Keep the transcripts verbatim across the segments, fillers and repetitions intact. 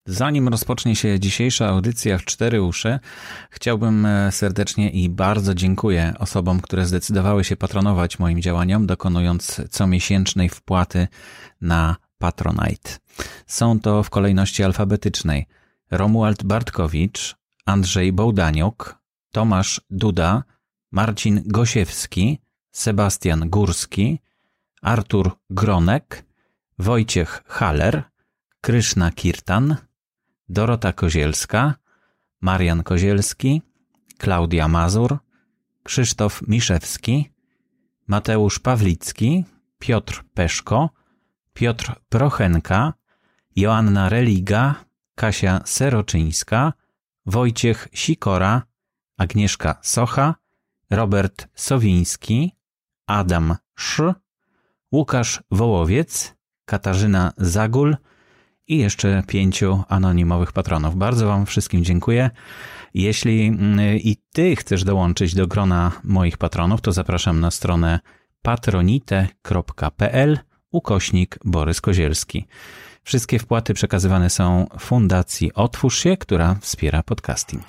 Zanim rozpocznie się dzisiejsza audycja w cztery uszy, chciałbym serdecznie i bardzo dziękuję osobom, które zdecydowały się patronować moim działaniom, dokonując comiesięcznej wpłaty na Patronite. Są to w kolejności alfabetycznej Romuald Bartkowicz, Andrzej Bołdaniuk, Tomasz Duda, Marcin Gosiewski, Sebastian Górski, Artur Gronek, Wojciech Haller, Kryszna Kirtan, Dorota Kozielska, Marian Kozielski, Klaudia Mazur, Krzysztof Miszewski, Mateusz Pawlicki, Piotr Peszko, Piotr Prochenka, Joanna Religa, Kasia Seroczyńska, Wojciech Sikora, Agnieszka Socha, Robert Sowiński, Adam Sz, Łukasz Wołowiec, Katarzyna Zagul i jeszcze pięciu anonimowych patronów. Bardzo Wam wszystkim dziękuję. Jeśli i Ty chcesz dołączyć do grona moich patronów, to zapraszam na stronę patronite.pl ukośnik Borys Kozielski. Wszystkie wpłaty przekazywane są Fundacji Otwórz się, która wspiera podcasting.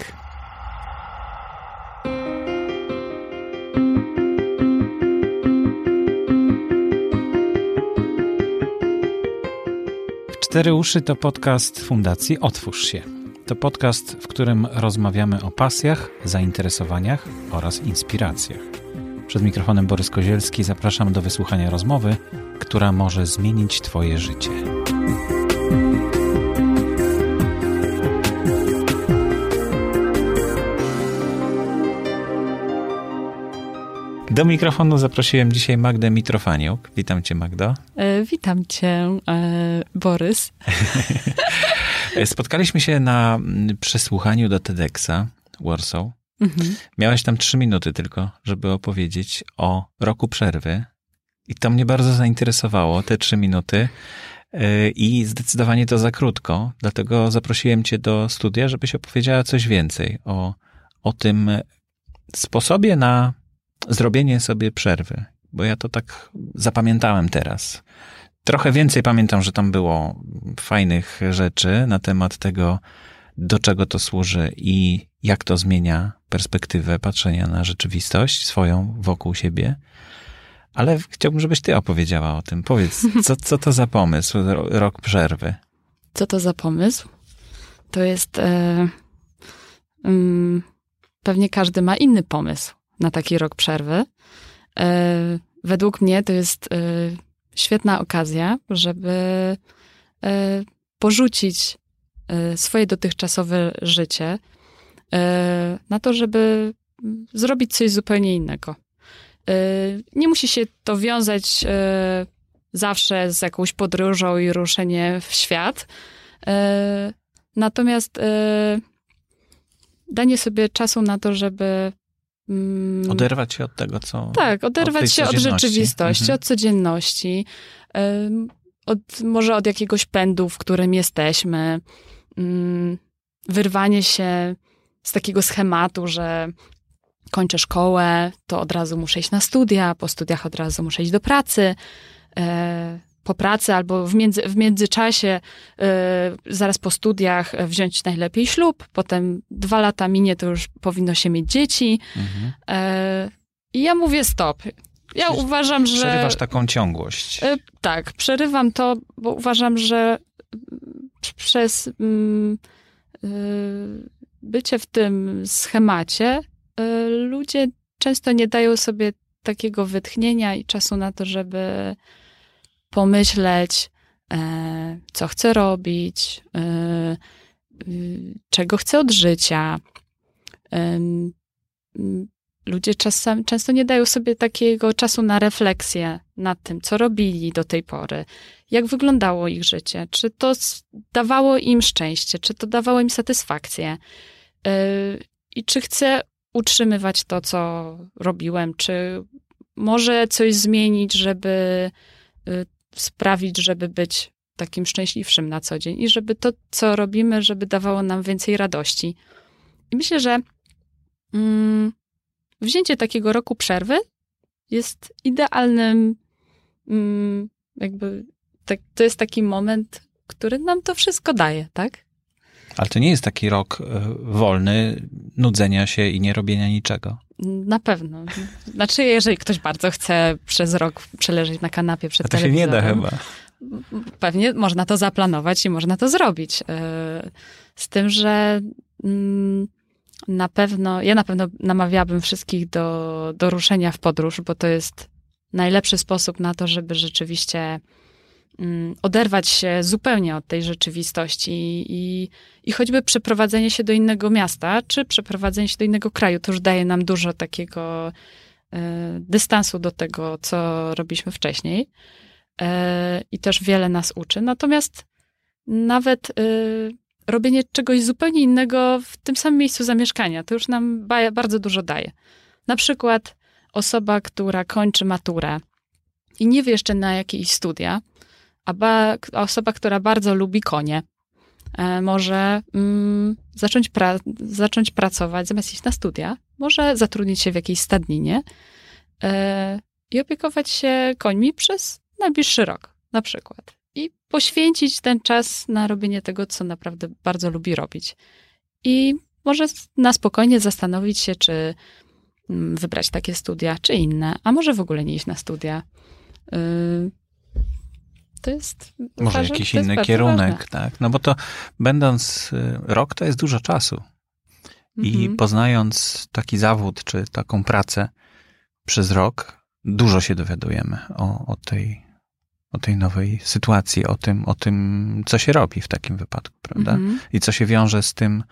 Cztery uszy to podcast Fundacji Otwórz się. To podcast, w którym rozmawiamy o pasjach, zainteresowaniach oraz inspiracjach. Przed mikrofonem Borys Kozielski zapraszam do wysłuchania rozmowy, która może zmienić Twoje życie. Do mikrofonu zaprosiłem dzisiaj Magdę Mitrofaniuk. Witam Cię, Magdo. E, witam Cię, e, Borys. Spotkaliśmy się na przesłuchaniu do TEDxa Warsaw. Mhm. Miałaś tam trzy minuty tylko, żeby opowiedzieć o roku przerwy. I to mnie bardzo zainteresowało, te trzy minuty. I zdecydowanie to za krótko. Dlatego zaprosiłem Cię do studia, żebyś opowiedziała coś więcej o, o tym sposobie na zrobienie sobie przerwy. Bo ja to tak zapamiętałem teraz. Trochę więcej pamiętam, że tam było fajnych rzeczy na temat tego, do czego to służy i jak to zmienia perspektywę patrzenia na rzeczywistość swoją wokół siebie. Ale chciałbym, żebyś ty opowiedziała o tym. Powiedz, co, co to za pomysł, rok przerwy? Co to za pomysł? To jest... E, um, pewnie każdy ma inny pomysł na taki rok przerwy. E, według mnie to jest e, świetna okazja, żeby e, porzucić e, swoje dotychczasowe życie e, na to, żeby zrobić coś zupełnie innego. E, nie musi się to wiązać e, zawsze z jakąś podróżą i ruszeniem w świat. E, natomiast e, danie sobie czasu na to, żeby oderwać się od tego, co... Tak, oderwać od się od rzeczywistości, mhm. od codzienności, od, może od jakiegoś pędu, w którym jesteśmy, wyrwanie się z takiego schematu, że kończę szkołę, to od razu muszę iść na studia, po studiach od razu muszę iść do pracy, po pracy albo w, między, w międzyczasie, yy, zaraz po studiach wziąć najlepiej ślub, potem dwa lata minie, to już powinno się mieć dzieci. Mhm. Yy, I ja mówię stop. Ja Czyli uważam, że... Przerywasz taką ciągłość. Yy, tak, przerywam to, bo uważam, że przez yy, bycie w tym schemacie yy, ludzie często nie dają sobie takiego wytchnienia i czasu na to, żeby pomyśleć, e, co chcę robić, e, e, czego chcę od życia. E, ludzie czasem, często nie dają sobie takiego czasu na refleksję nad tym, co robili do tej pory, jak wyglądało ich życie, czy to dawało im szczęście, czy to dawało im satysfakcję e, i czy chcę utrzymywać to, co robiłem, czy może coś zmienić, żeby sprawić, żeby być takim szczęśliwszym na co dzień i żeby to, co robimy, żeby dawało nam więcej radości. I myślę, że mm, wzięcie takiego roku przerwy jest idealnym, mm, jakby tak, to jest taki moment, który nam to wszystko daje, tak? Ale to nie jest taki rok wolny, nudzenia się i nie robienia niczego. Na pewno. Znaczy, jeżeli ktoś bardzo chce przez rok przeleżeć na kanapie przed A to telewizorem. się nie da chyba. Pewnie można to zaplanować i można to zrobić. Z tym, że na pewno, ja na pewno namawiałabym wszystkich do, do ruszenia w podróż, bo to jest najlepszy sposób na to, żeby rzeczywiście oderwać się zupełnie od tej rzeczywistości i, i choćby przeprowadzenie się do innego miasta, czy przeprowadzenie się do innego kraju, to już daje nam dużo takiego y, dystansu do tego, co robiliśmy wcześniej y, i też wiele nas uczy. Natomiast nawet y, robienie czegoś zupełnie innego w tym samym miejscu zamieszkania, to już nam ba- bardzo dużo daje. Na przykład osoba, która kończy maturę i nie wie jeszcze na jakie iść studia, a ba, osoba, która bardzo lubi konie, e, może mm, zacząć, pra- zacząć pracować, zamiast iść na studia, może zatrudnić się w jakiejś stadninie e, i opiekować się końmi przez najbliższy rok, na przykład. I poświęcić ten czas na robienie tego, co naprawdę bardzo lubi robić. I może na spokojnie zastanowić się, czy mm, wybrać takie studia, czy inne, a może w ogóle nie iść na studia. Y- To jest, Może uważam, jakiś to jest inny kierunek, ważne. tak? No bo to będąc rok, to jest dużo czasu. I Mhm. poznając taki zawód, czy taką pracę przez rok, dużo się dowiadujemy o, o, tej, o tej nowej sytuacji, o tym, o tym, co się robi w takim wypadku, prawda? Mhm. I co się wiąże z tym,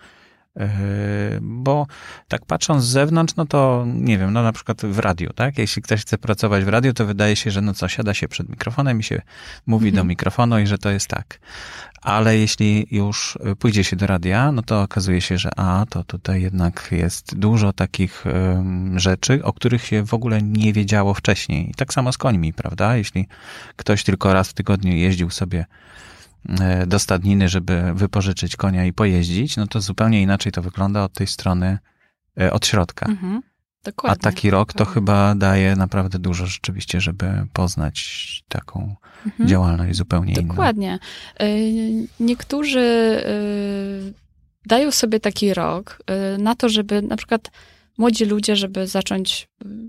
bo tak patrząc z zewnątrz, no to nie wiem, no na przykład w radiu, tak? Jeśli ktoś chce pracować w radiu, to wydaje się, że no co, siada się przed mikrofonem i się mówi Mhm. do mikrofonu i że to jest tak. Ale jeśli już pójdzie się do radia, no to okazuje się, że a, to tutaj jednak jest dużo takich um, rzeczy, o których się w ogóle nie wiedziało wcześniej. I tak samo z końmi, prawda? Jeśli ktoś tylko raz w tygodniu jeździł sobie do stadniny, żeby wypożyczyć konia i pojeździć, no to zupełnie inaczej to wygląda od tej strony, od środka. Mhm. Dokładnie. A taki rok Dokładnie. to chyba daje naprawdę dużo rzeczywiście, żeby poznać taką mhm. działalność zupełnie inną. Dokładnie. Niektórzy dają sobie taki rok na to, żeby na przykład młodzi ludzie, żeby zacząć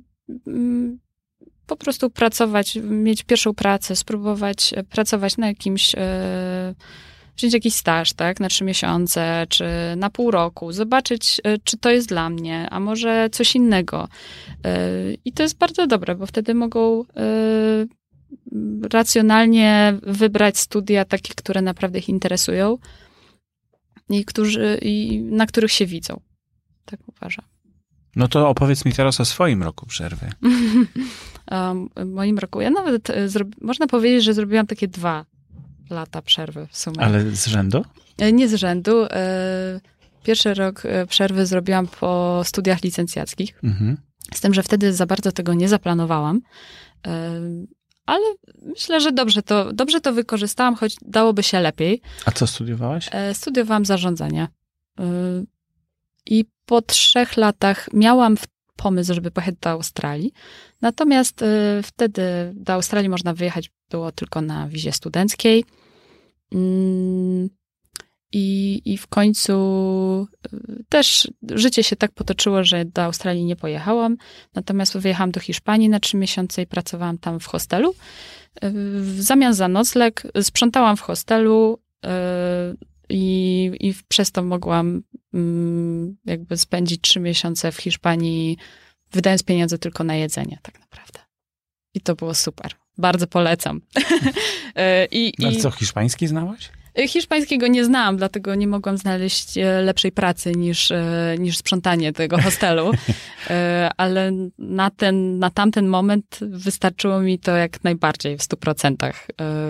po prostu pracować, mieć pierwszą pracę, spróbować pracować na jakimś, wziąć jakiś staż, tak, na trzy miesiące, czy na pół roku, zobaczyć, czy to jest dla mnie, a może coś innego. I to jest bardzo dobre, bo wtedy mogą racjonalnie wybrać studia takie, które naprawdę ich interesują i, którzy, i na których się widzą. Tak uważam. No to opowiedz mi teraz o swoim roku przerwy. W moim roku. Ja nawet, zrobi- można powiedzieć, że zrobiłam takie dwa lata przerwy w sumie. Ale z rzędu? Nie z rzędu. Pierwszy rok przerwy zrobiłam po studiach licencjackich. Mhm. Z tym, że wtedy za bardzo tego nie zaplanowałam. Ale myślę, że dobrze to, dobrze to wykorzystałam, choć dałoby się lepiej. A co studiowałaś? Studiowałam zarządzanie. I po trzech latach miałam pomysł, żeby pojechać do Australii. Natomiast y, wtedy do Australii można wyjechać było tylko na wizie studenckiej. Mm, i, I w końcu y, też życie się tak potoczyło, że do Australii nie pojechałam. Natomiast wyjechałam do Hiszpanii na trzy miesiące i pracowałam tam w hostelu. Y, w zamian za nocleg sprzątałam w hostelu y, i, i przez to mogłam mm, jakby spędzić trzy miesiące w Hiszpanii, wydając pieniądze tylko na jedzenie, tak naprawdę. I to było super. Bardzo polecam. I, Ale i... co, hiszpański znałaś? Hiszpańskiego nie znałam, dlatego nie mogłam znaleźć lepszej pracy niż, niż sprzątanie tego hostelu. Ale na, ten, na tamten moment wystarczyło mi to jak najbardziej w stu procentach.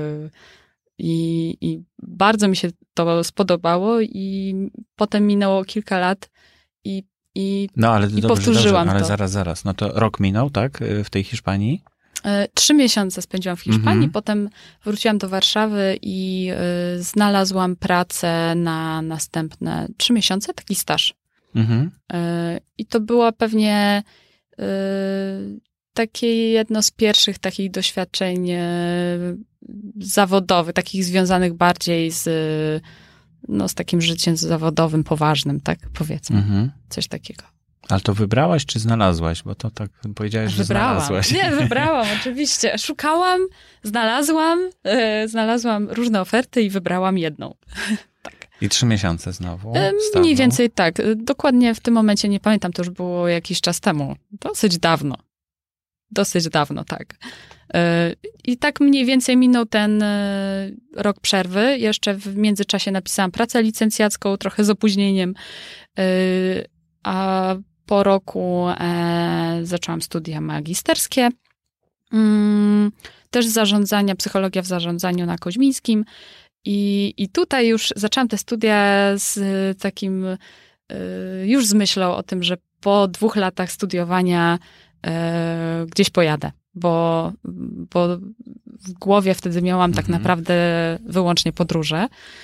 I, I bardzo mi się to spodobało i potem minęło kilka lat i, i, no, ale i dobrze, powtórzyłam dobrze, ale to. zaraz, zaraz. No to rok minął, tak? W tej Hiszpanii? Trzy miesiące spędziłam w Hiszpanii, Mhm. potem wróciłam do Warszawy i y, znalazłam pracę na następne trzy miesiące, taki staż. Mhm. Y, I to było pewnie y, takie jedno z pierwszych takich doświadczeń y, zawodowych, takich związanych bardziej z, no, z takim życiem zawodowym, poważnym, tak powiedzmy. Mhm. Coś takiego. Ale to wybrałaś, czy znalazłaś? Bo to tak powiedziałaś, że wybrałam. znalazłaś. Nie, wybrałam, oczywiście. Szukałam, znalazłam, yy, znalazłam różne oferty i wybrałam jedną. Tak. I trzy miesiące znowu? Yy, mniej więcej tak. Dokładnie w tym momencie nie pamiętam, to już było jakiś czas temu. Dosyć dawno. Dosyć dawno, tak. Yy, I tak mniej więcej minął ten yy, rok przerwy. Jeszcze w międzyczasie napisałam pracę licencjacką, trochę z opóźnieniem. Yy, a po roku e, zaczęłam studia magisterskie, mm, też z zarządzania, psychologia w zarządzaniu na Koźmińskim i, i tutaj już zaczęłam te studia z takim, e, już z myślą o tym, że po dwóch latach studiowania e, gdzieś pojadę, bo, bo w głowie wtedy miałam mhm. tak naprawdę wyłącznie podróże.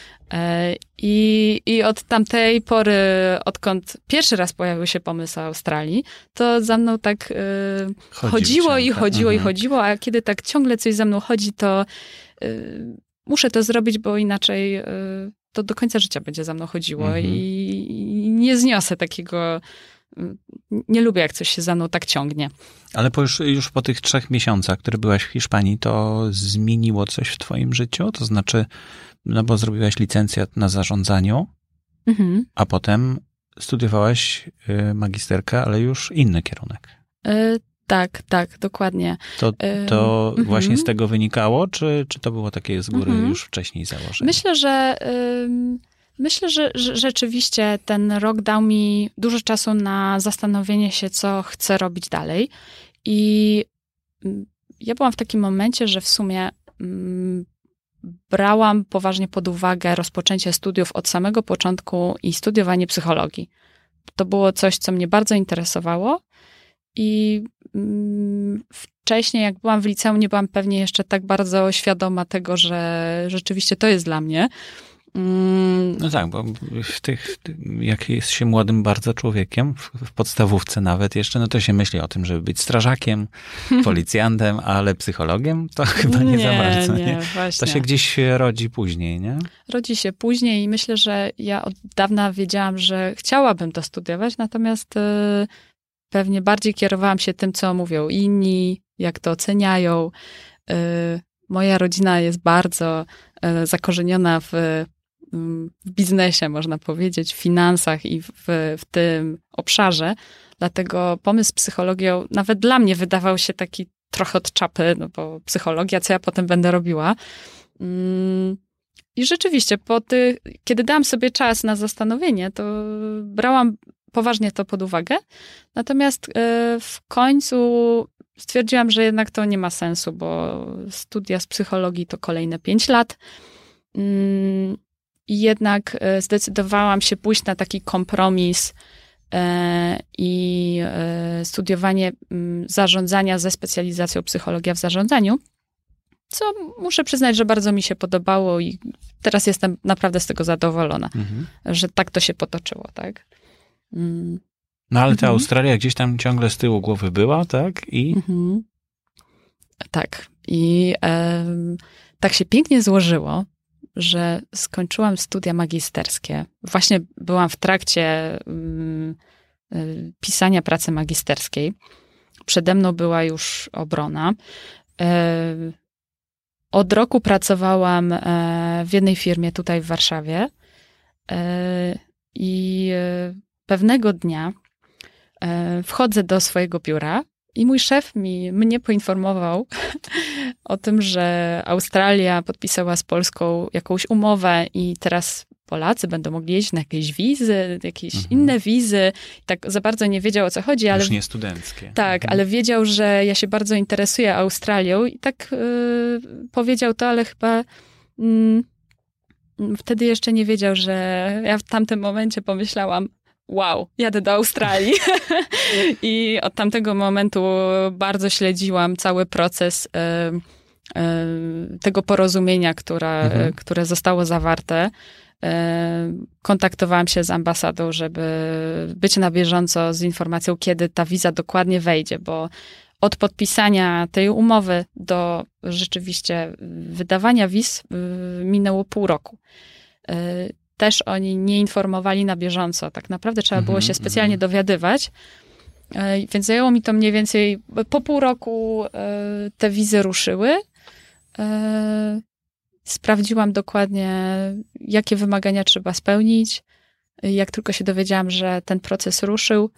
I, I od tamtej pory, odkąd pierwszy raz pojawił się pomysł o Australii, to za mną tak y, chodziło i chodziło mhm. i chodziło, a kiedy tak ciągle coś za mną chodzi, to y, muszę to zrobić, bo inaczej y, to do końca życia będzie za mną chodziło mhm. i, i nie zniosę takiego, y, nie lubię jak coś się za mną tak ciągnie. Ale po już, już po tych trzech miesiącach, które byłaś w Hiszpanii, to zmieniło coś w twoim życiu? To znaczy, no bo zrobiłaś licencjat na zarządzaniu, mhm. a potem studiowałaś magisterkę, ale już inny kierunek. Y, tak, tak, dokładnie. To, to y, właśnie mhm. z tego wynikało, czy, czy to było takie z góry mhm. już wcześniej założenie? Myślę, że y, myślę, że, że rzeczywiście ten rok dał mi dużo czasu na zastanowienie się, co chcę robić dalej. I ja byłam w takim momencie, że w sumie mm, brałam poważnie pod uwagę rozpoczęcie studiów od samego początku i studiowanie psychologii. To było coś, co mnie bardzo interesowało i mm, wcześniej, jak byłam w liceum, nie byłam pewnie jeszcze tak bardzo świadoma tego, że rzeczywiście to jest dla mnie. Mm. No tak, bo w tych, jak jest się młodym bardzo człowiekiem, w, w podstawówce nawet jeszcze, no to się myśli o tym, żeby być strażakiem, policjantem, ale psychologiem to chyba nie, nie za bardzo. Nie, nie? To się gdzieś rodzi później, nie? Rodzi się później i myślę, że ja od dawna wiedziałam, że chciałabym to studiować, natomiast y, pewnie bardziej kierowałam się tym, co mówią inni, jak to oceniają. Y, moja rodzina jest bardzo y, zakorzeniona w w biznesie, można powiedzieć, w finansach i w, w tym obszarze. Dlatego pomysł z psychologią nawet dla mnie wydawał się taki trochę od czapy, no bo psychologia, co ja potem będę robiła. I rzeczywiście, po ty, kiedy dałam sobie czas na zastanowienie, to brałam poważnie to pod uwagę. Natomiast w końcu stwierdziłam, że jednak to nie ma sensu, bo studia z psychologii to kolejne pięć lat. I jednak zdecydowałam się pójść na taki kompromis i studiowanie zarządzania ze specjalizacją psychologia w zarządzaniu, co muszę przyznać, że bardzo mi się podobało i teraz jestem naprawdę z tego zadowolona, mhm. że tak to się potoczyło, tak? Mm. No ale ta mhm. Australia gdzieś tam ciągle z tyłu głowy była, tak? I... Mhm. Tak. I e, tak się pięknie złożyło, że skończyłam studia magisterskie. Właśnie byłam w trakcie um, pisania pracy magisterskiej. Przede mną była już obrona. E, od roku pracowałam e, w jednej firmie tutaj w Warszawie e, i e, pewnego dnia e, wchodzę do swojego biura i mój szef mi, mnie poinformował o tym, że Australia podpisała z Polską jakąś umowę i teraz Polacy będą mogli jeździć na jakieś wizy, jakieś mhm. inne wizy. Tak za bardzo nie wiedział, o co chodzi. Ale już nie studenckie. Tak, mhm. ale wiedział, że ja się bardzo interesuję Australią i tak y, powiedział to, ale chyba y, wtedy jeszcze nie wiedział, że ja w tamtym momencie pomyślałam, wow, jadę do Australii. I od tamtego momentu bardzo śledziłam cały proces y, y, tego porozumienia, która, mhm. które zostało zawarte. Y, kontaktowałam się z ambasadą, żeby być na bieżąco z informacją, kiedy ta wiza dokładnie wejdzie, bo od podpisania tej umowy do rzeczywiście wydawania wiz y, minęło pół roku. Y, też oni nie informowali na bieżąco. Tak naprawdę trzeba było się specjalnie dowiadywać. Więc zajęło mi to mniej więcej, po pół roku te wizy ruszyły. Sprawdziłam dokładnie, jakie wymagania trzeba spełnić. Jak tylko się dowiedziałam, że ten proces ruszył,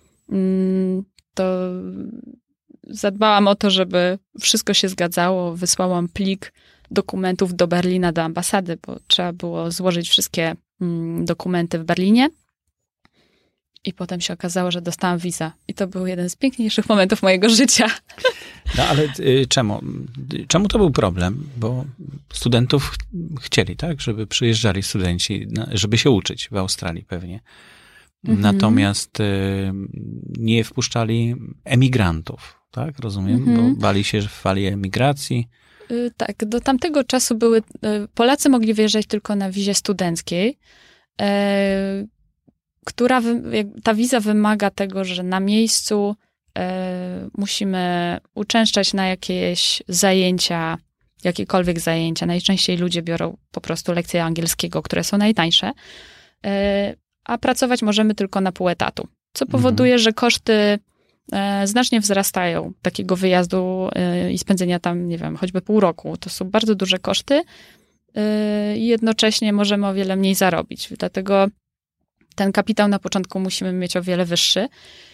to zadbałam o to, żeby wszystko się zgadzało. Wysłałam plik dokumentów do Berlina, do ambasady, bo trzeba było złożyć wszystkie dokumenty w Berlinie. I potem się okazało, że dostałam visa. I to był jeden z piękniejszych momentów mojego życia. No ale y, czemu? Czemu to był problem? Bo studentów ch- chcieli, tak? Żeby przyjeżdżali studenci, żeby się uczyć w Australii pewnie. Mhm. Natomiast y, nie wpuszczali emigrantów, tak? Rozumiem? Mhm. Bo bali się fali emigracji. Y, tak, do tamtego czasu były... Y, Polacy mogli wyjeżdżać tylko na wizie studenckiej. Y, która, ta wiza wymaga tego, że na miejscu e, musimy uczęszczać na jakieś zajęcia, jakiekolwiek zajęcia. Najczęściej ludzie biorą po prostu lekcje angielskiego, które są najtańsze, e, a pracować możemy tylko na pół etatu, co powoduje, mhm. że koszty e, znacznie wzrastają takiego wyjazdu e, i spędzenia tam, nie wiem, choćby pół roku. To są bardzo duże koszty e, i jednocześnie możemy o wiele mniej zarobić. Dlatego ten kapitał na początku musimy mieć o wiele wyższy.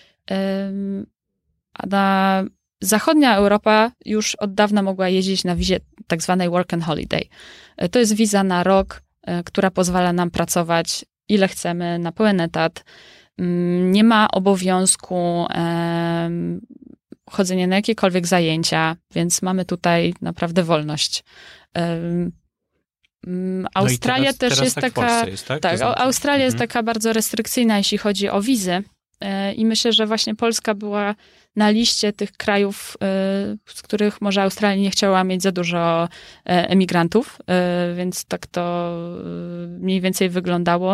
A na zachodnia Europa już od dawna mogła jeździć na wizie tak zwanej work and holiday. To jest wiza na rok, która pozwala nam pracować ile chcemy, na pełen etat. Nie ma obowiązku chodzenia na jakiekolwiek zajęcia, więc mamy tutaj naprawdę wolność. Australia no też teraz jest tak taka. Jest, tak? tak znaczy? Australia mhm. jest taka bardzo restrykcyjna, jeśli chodzi o wizy. I myślę, że właśnie Polska była na liście tych krajów, z których może Australia nie chciała mieć za dużo emigrantów, więc tak to mniej więcej wyglądało.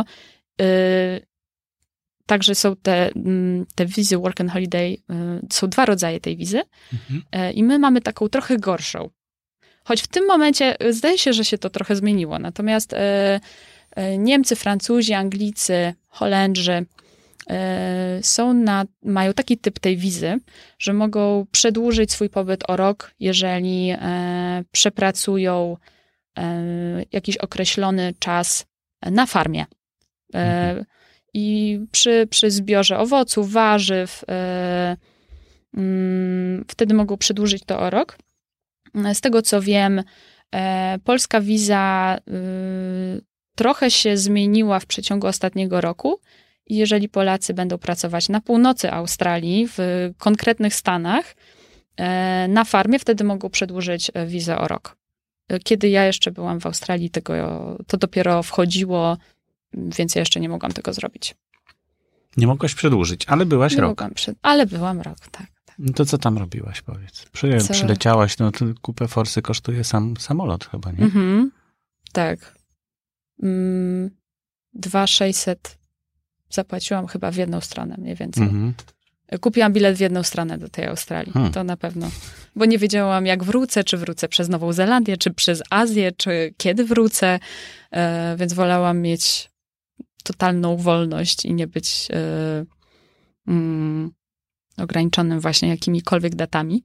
Także są te, te wizy work and holiday, są dwa rodzaje tej wizy mhm. i my mamy taką trochę gorszą. Choć w tym momencie zdaje się, że się to trochę zmieniło. Natomiast e, e, Niemcy, Francuzi, Anglicy, Holendrzy e, są na, mają taki typ tej wizy, że mogą przedłużyć swój pobyt o rok, jeżeli e, przepracują e, jakiś określony czas na farmie. E, mhm. I przy, przy zbiorze owoców, warzyw, e, mm, wtedy mogą przedłużyć to o rok. Z tego, co wiem, e, polska wiza y, trochę się zmieniła w przeciągu ostatniego roku. I jeżeli Polacy będą pracować na północy Australii, w konkretnych stanach, e, na farmie, wtedy mogą przedłużyć wizę o rok. Kiedy ja jeszcze byłam w Australii, tego, to dopiero wchodziło, więc ja jeszcze nie mogłam tego zrobić. Nie mogłaś przedłużyć, ale byłaś nie rok. Mogłam przed, ale byłam rok, tak. No to co tam robiłaś, powiedz? Przy, przyleciałaś, no to kupę forsy kosztuje sam samolot chyba, nie? Mhm, tak. Mm, dwa sześćset zapłaciłam chyba w jedną stronę, mniej więcej. Mhm. Kupiłam bilet w jedną stronę do tej Australii, hmm. to na pewno. Bo nie wiedziałam, jak wrócę, czy wrócę przez Nową Zelandię, czy przez Azję, czy kiedy wrócę, e, więc wolałam mieć totalną wolność i nie być e, mm, ograniczonym właśnie jakimikolwiek datami.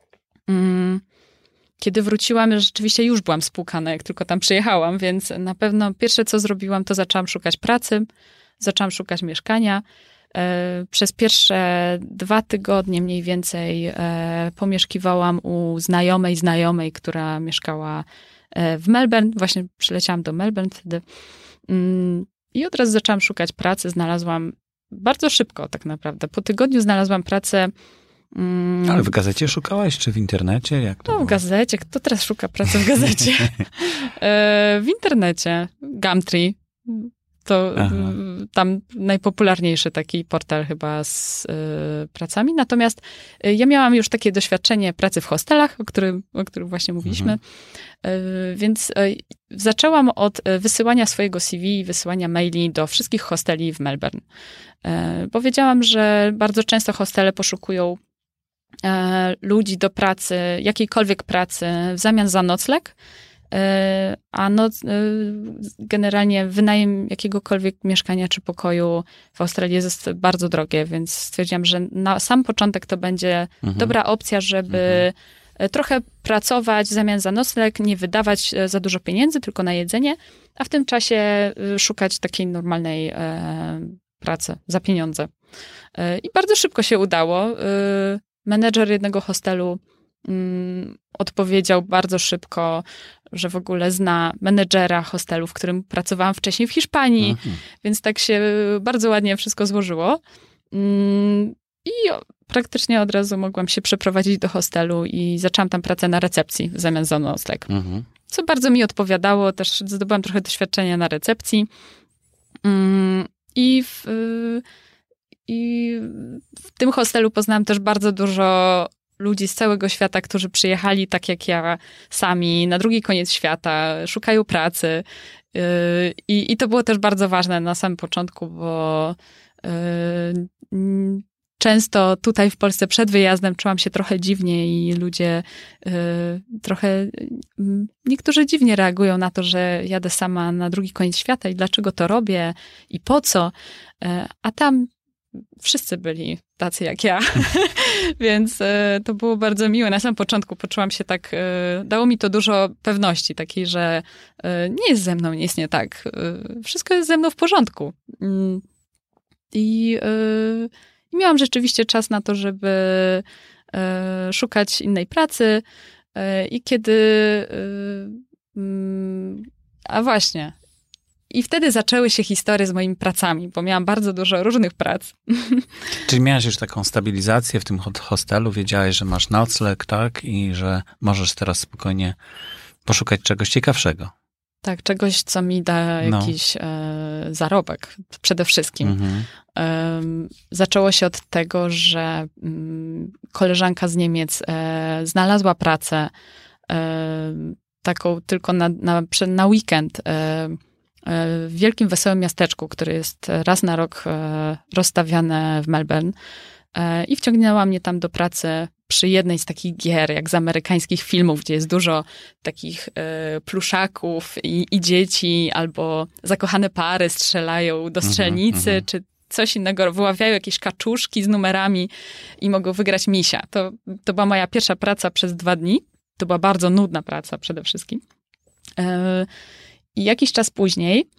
Kiedy wróciłam, rzeczywiście już byłam spłukana, jak tylko tam przyjechałam, więc na pewno pierwsze, co zrobiłam, to zaczęłam szukać pracy, zaczęłam szukać mieszkania. Przez pierwsze dwa tygodnie mniej więcej pomieszkiwałam u znajomej znajomej, która mieszkała w Melbourne. Właśnie przyleciałam do Melbourne wtedy. I od razu zaczęłam szukać pracy. Znalazłam bardzo szybko tak naprawdę. Po tygodniu znalazłam pracę. Mm, Ale w gazecie szukałaś, czy w internecie? Jak to no, było? W gazecie. Kto teraz szuka pracy w gazecie? W internecie. Gumtree. To Aha. tam najpopularniejszy taki portal chyba z y, pracami. Natomiast y, ja miałam już takie doświadczenie pracy w hostelach, o którym, o którym właśnie mówiliśmy. Mhm. Y, więc y, zaczęłam od wysyłania swojego C V i wysyłania maili do wszystkich hosteli w Melbourne. Y, powiedziałam, że bardzo często hostele poszukują y, ludzi do pracy, jakiejkolwiek pracy w zamian za nocleg. A no, generalnie wynajem jakiegokolwiek mieszkania czy pokoju w Australii jest bardzo drogie, więc stwierdziłam, że na sam początek to będzie mhm. dobra opcja, żeby mhm. trochę pracować w zamian za nocleg, nie wydawać za dużo pieniędzy, tylko na jedzenie, a w tym czasie szukać takiej normalnej pracy za pieniądze. I bardzo szybko się udało. Menedżer jednego hostelu odpowiedział bardzo szybko, że w ogóle zna menedżera hostelu, w którym pracowałam wcześniej w Hiszpanii, mhm. więc tak się bardzo ładnie wszystko złożyło. I praktycznie od razu mogłam się przeprowadzić do hostelu i zaczęłam tam pracę na recepcji w zamian za nocleg. Mhm. Co bardzo mi odpowiadało, też zdobyłam trochę doświadczenia na recepcji. I w, i w tym hostelu poznałam też bardzo dużo ludzi z całego świata, którzy przyjechali tak jak ja sami na drugi koniec świata, szukają pracy. I, i to było też bardzo ważne na samym początku, bo często tutaj w Polsce przed wyjazdem czułam się trochę dziwnie i ludzie trochę, niektórzy dziwnie reagują na to, że jadę sama na drugi koniec świata i dlaczego to robię i po co. A tam wszyscy byli tacy jak ja, więc to było bardzo miłe. Na samym początku poczułam się tak, dało mi to dużo pewności, takiej, że nie jest ze mną, nie jest nie tak. Wszystko jest ze mną w porządku. I, i miałam rzeczywiście czas na to, żeby szukać innej pracy i kiedy... A właśnie... I wtedy zaczęły się historie z moimi pracami, bo miałam bardzo dużo różnych prac. Czyli miałaś już taką stabilizację w tym hostelu, wiedziałaś, że masz nocleg, tak? I że możesz teraz spokojnie poszukać czegoś ciekawszego. Tak, czegoś, co mi da jakiś no. e, zarobek przede wszystkim. Mhm. E, zaczęło się od tego, że m, koleżanka z Niemiec e, znalazła pracę e, taką tylko na, na, na weekend e, w wielkim, wesołym miasteczku, które jest raz na rok rozstawiane w Melbourne. I wciągnęła mnie tam do pracy przy jednej z takich gier, jak z amerykańskich filmów, gdzie jest dużo takich pluszaków i, i dzieci, albo zakochane pary strzelają do strzelnicy, mm-hmm. czy coś innego, wyławiają jakieś kaczuszki z numerami i mogą wygrać misia. To, to była moja pierwsza praca przez dwa dni. To była bardzo nudna praca przede wszystkim. I jakiś czas później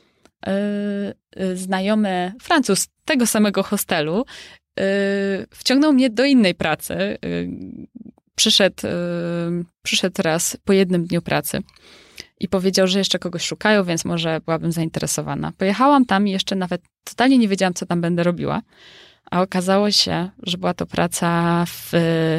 yy, znajomy Francuz tego samego hostelu yy, wciągnął mnie do innej pracy. Yy, przyszedł, yy, przyszedł raz po jednym dniu pracy i powiedział, że jeszcze kogoś szukają, więc może byłabym zainteresowana. Pojechałam tam i jeszcze nawet totalnie nie wiedziałam, co tam będę robiła. A okazało się, że była to praca w,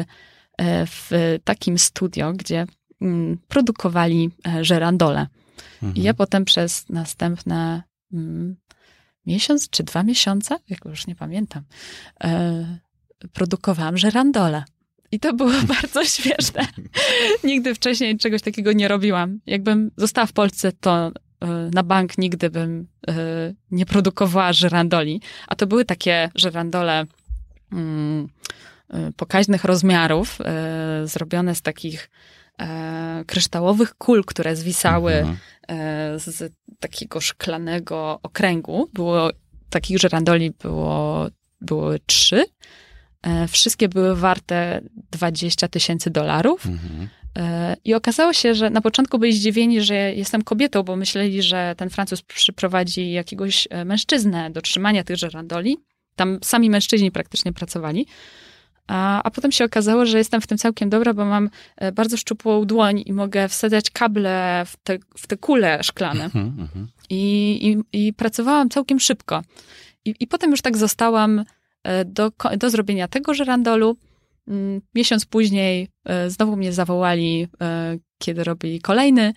w takim studio, gdzie mm, produkowali żerandole. Mhm. I ja potem przez następne mm, miesiąc czy dwa miesiące, jak już nie pamiętam, e, produkowałam żerandole. I to było bardzo śmieszne. Nigdy wcześniej czegoś takiego nie robiłam. Jakbym została w Polsce, to e, na bank nigdy bym e, nie produkowała żerandoli. A to były takie żerandole mm, e, pokaźnych rozmiarów, e, zrobione z takich e, kryształowych kul, które zwisały mhm. e, z takiego szklanego okręgu. Było, takich żerandoli było, było trzy. E, wszystkie były warte dwadzieścia tysięcy dolarów. Mhm. E, I okazało się, że na początku byli zdziwieni, że jestem kobietą, bo myśleli, że ten Francuz przyprowadzi jakiegoś mężczyznę do trzymania tych żerandoli. Tam sami mężczyźni praktycznie pracowali. A, a potem się okazało, że jestem w tym całkiem dobra, bo mam bardzo szczupłą dłoń i mogę wsadzać kable w te, w te kule szklane. Mhm, I, i, I pracowałam całkiem szybko. I, I potem już tak zostałam do, do zrobienia tego żerandolu. Miesiąc później znowu mnie zawołali, kiedy robili kolejny.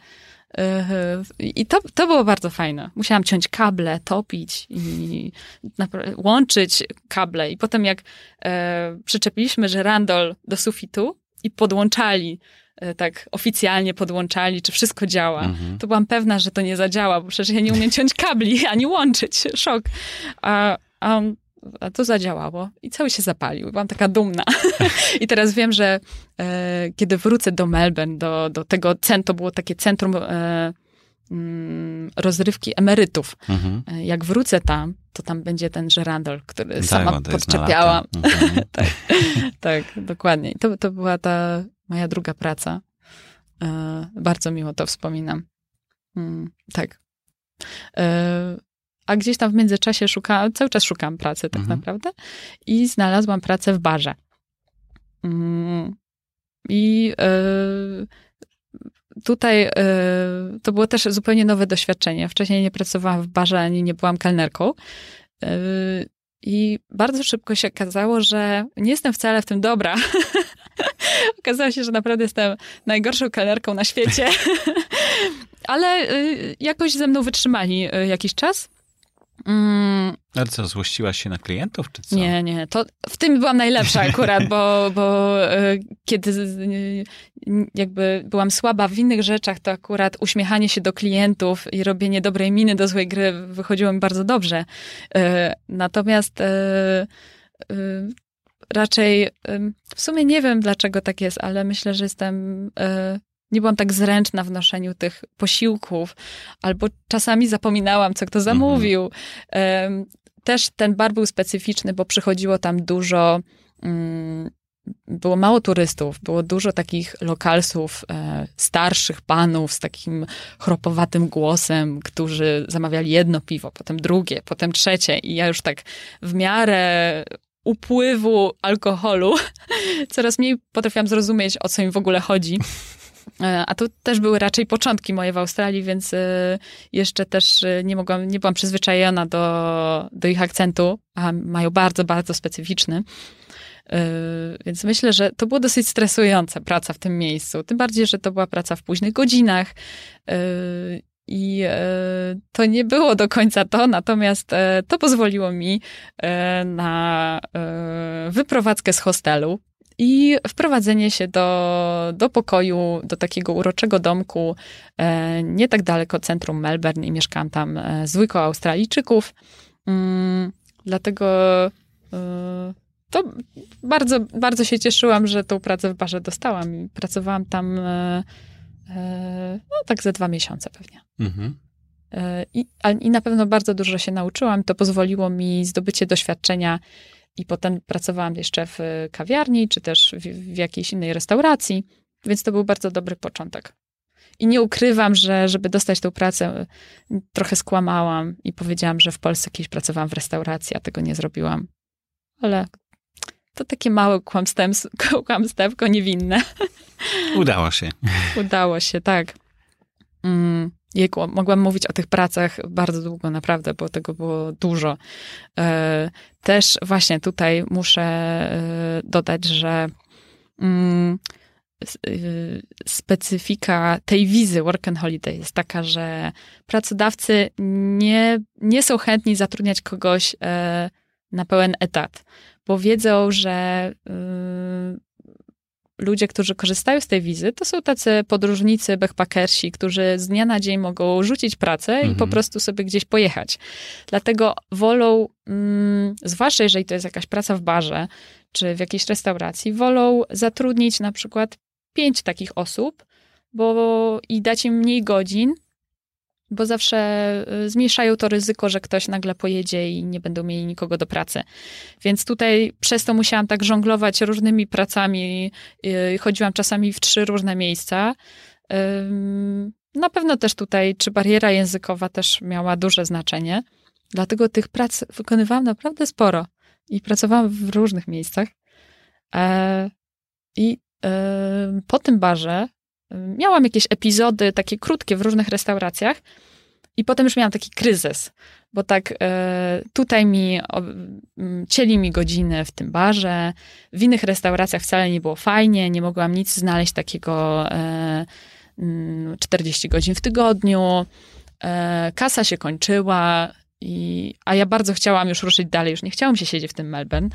I to, to było bardzo fajne. Musiałam ciąć kable, topić i łączyć kable. I potem jak e, przyczepiliśmy żerandol do sufitu i podłączali, e, tak oficjalnie podłączali, czy wszystko działa, mhm. to byłam pewna, że to nie zadziała, bo przecież ja nie umiem ciąć kabli, ani łączyć. Szok. A, a a to zadziałało i cały się zapalił. Byłam taka dumna. I teraz wiem, że e, kiedy wrócę do Melbourne, do, do tego centrum, to było takie centrum e, mm, rozrywki emerytów. Mhm. E, jak wrócę tam, to tam będzie ten żerandol, który tak, sama podczepiałam. Mhm. tak, tak, dokładnie. I to, to była ta moja druga praca. E, bardzo miło to wspominam. Mm, tak. E, A gdzieś tam w międzyczasie szukałam, cały czas szukałam pracy tak mhm. naprawdę i znalazłam pracę w barze. I tutaj to było też zupełnie nowe doświadczenie. Wcześniej nie pracowałam w barze, ani nie byłam kelnerką. I bardzo szybko się okazało, że nie jestem wcale w tym dobra. Okazało się, że naprawdę jestem najgorszą kelnerką na świecie. Ale jakoś ze mną wytrzymali jakiś czas. Mm. Ale co, złościłaś się na klientów, czy co? Nie, nie, to w tym byłam najlepsza akurat, bo, bo y, kiedy y, jakby byłam słaba w innych rzeczach, to akurat uśmiechanie się do klientów i robienie dobrej miny do złej gry wychodziło mi bardzo dobrze. Y, natomiast y, y, raczej, y, w sumie nie wiem, dlaczego tak jest, ale myślę, że jestem... Y, nie byłam tak zręczna w noszeniu tych posiłków, albo czasami zapominałam, co kto zamówił. Mhm. Też ten bar był specyficzny, bo przychodziło tam dużo, było mało turystów, było dużo takich lokalsów, starszych panów z takim chropowatym głosem, którzy zamawiali jedno piwo, potem drugie, potem trzecie i ja już tak w miarę upływu alkoholu coraz mniej potrafiłam zrozumieć, o co im w ogóle chodzi. A to też były raczej początki moje w Australii, więc jeszcze też nie mogłam, nie byłam przyzwyczajona do, do ich akcentu, a mają bardzo, bardzo specyficzny. Więc myślę, że to było dosyć stresująca praca w tym miejscu. Tym bardziej, że to była praca w późnych godzinach i to nie było do końca to, natomiast to pozwoliło mi na wyprowadzkę z hostelu i wprowadzenie się do, do pokoju, do takiego uroczego domku, e, nie tak daleko od centrum Melbourne i mieszkałam tam e, z dwójką Australijczyków. Mm, dlatego e, to bardzo, bardzo się cieszyłam, że tą pracę w barze dostałam i pracowałam tam e, e, no tak ze dwa miesiące pewnie. Mhm. E, i, a, I na pewno bardzo dużo się nauczyłam. To pozwoliło mi zdobycie doświadczenia. I potem pracowałam jeszcze w kawiarni, czy też w, w jakiejś innej restauracji, więc to był bardzo dobry początek. I nie ukrywam, że żeby dostać tę pracę, trochę skłamałam i powiedziałam, że w Polsce kiedyś pracowałam w restauracji, a tego nie zrobiłam. Ale to takie małe kłamstewko, kłamstewko niewinne. Udało się. Udało się, tak. Mm. Jejku, mogłam mówić o tych pracach bardzo długo, naprawdę, bo tego było dużo. Też właśnie tutaj muszę dodać, że specyfika tej wizy Work and Holiday jest taka, że pracodawcy nie, nie są chętni zatrudniać kogoś na pełen etat, bo wiedzą, że ludzie, którzy korzystają z tej wizy, to są tacy podróżnicy, backpackersi, którzy z dnia na dzień mogą rzucić pracę mhm. i po prostu sobie gdzieś pojechać. Dlatego wolą, mm, zwłaszcza jeżeli to jest jakaś praca w barze, czy w jakiejś restauracji, wolą zatrudnić na przykład pięć takich osób, bo i dać im mniej godzin, bo zawsze zmniejszają to ryzyko, że ktoś nagle pojedzie i nie będą mieli nikogo do pracy. Więc tutaj przez to musiałam tak żonglować różnymi pracami. Chodziłam czasami w trzy różne miejsca. Na pewno też tutaj, czy bariera językowa też miała duże znaczenie. Dlatego tych prac wykonywałam naprawdę sporo. I pracowałam w różnych miejscach. I po tym barze miałam jakieś epizody takie krótkie w różnych restauracjach i potem już miałam taki kryzys, bo tak tutaj mi cięli mi godziny w tym barze, w innych restauracjach wcale nie było fajnie, nie mogłam nic znaleźć takiego czterdzieści godzin w tygodniu, kasa się kończyła, i, a ja bardzo chciałam już ruszyć dalej, już nie chciałam się siedzieć w tym Melbourne.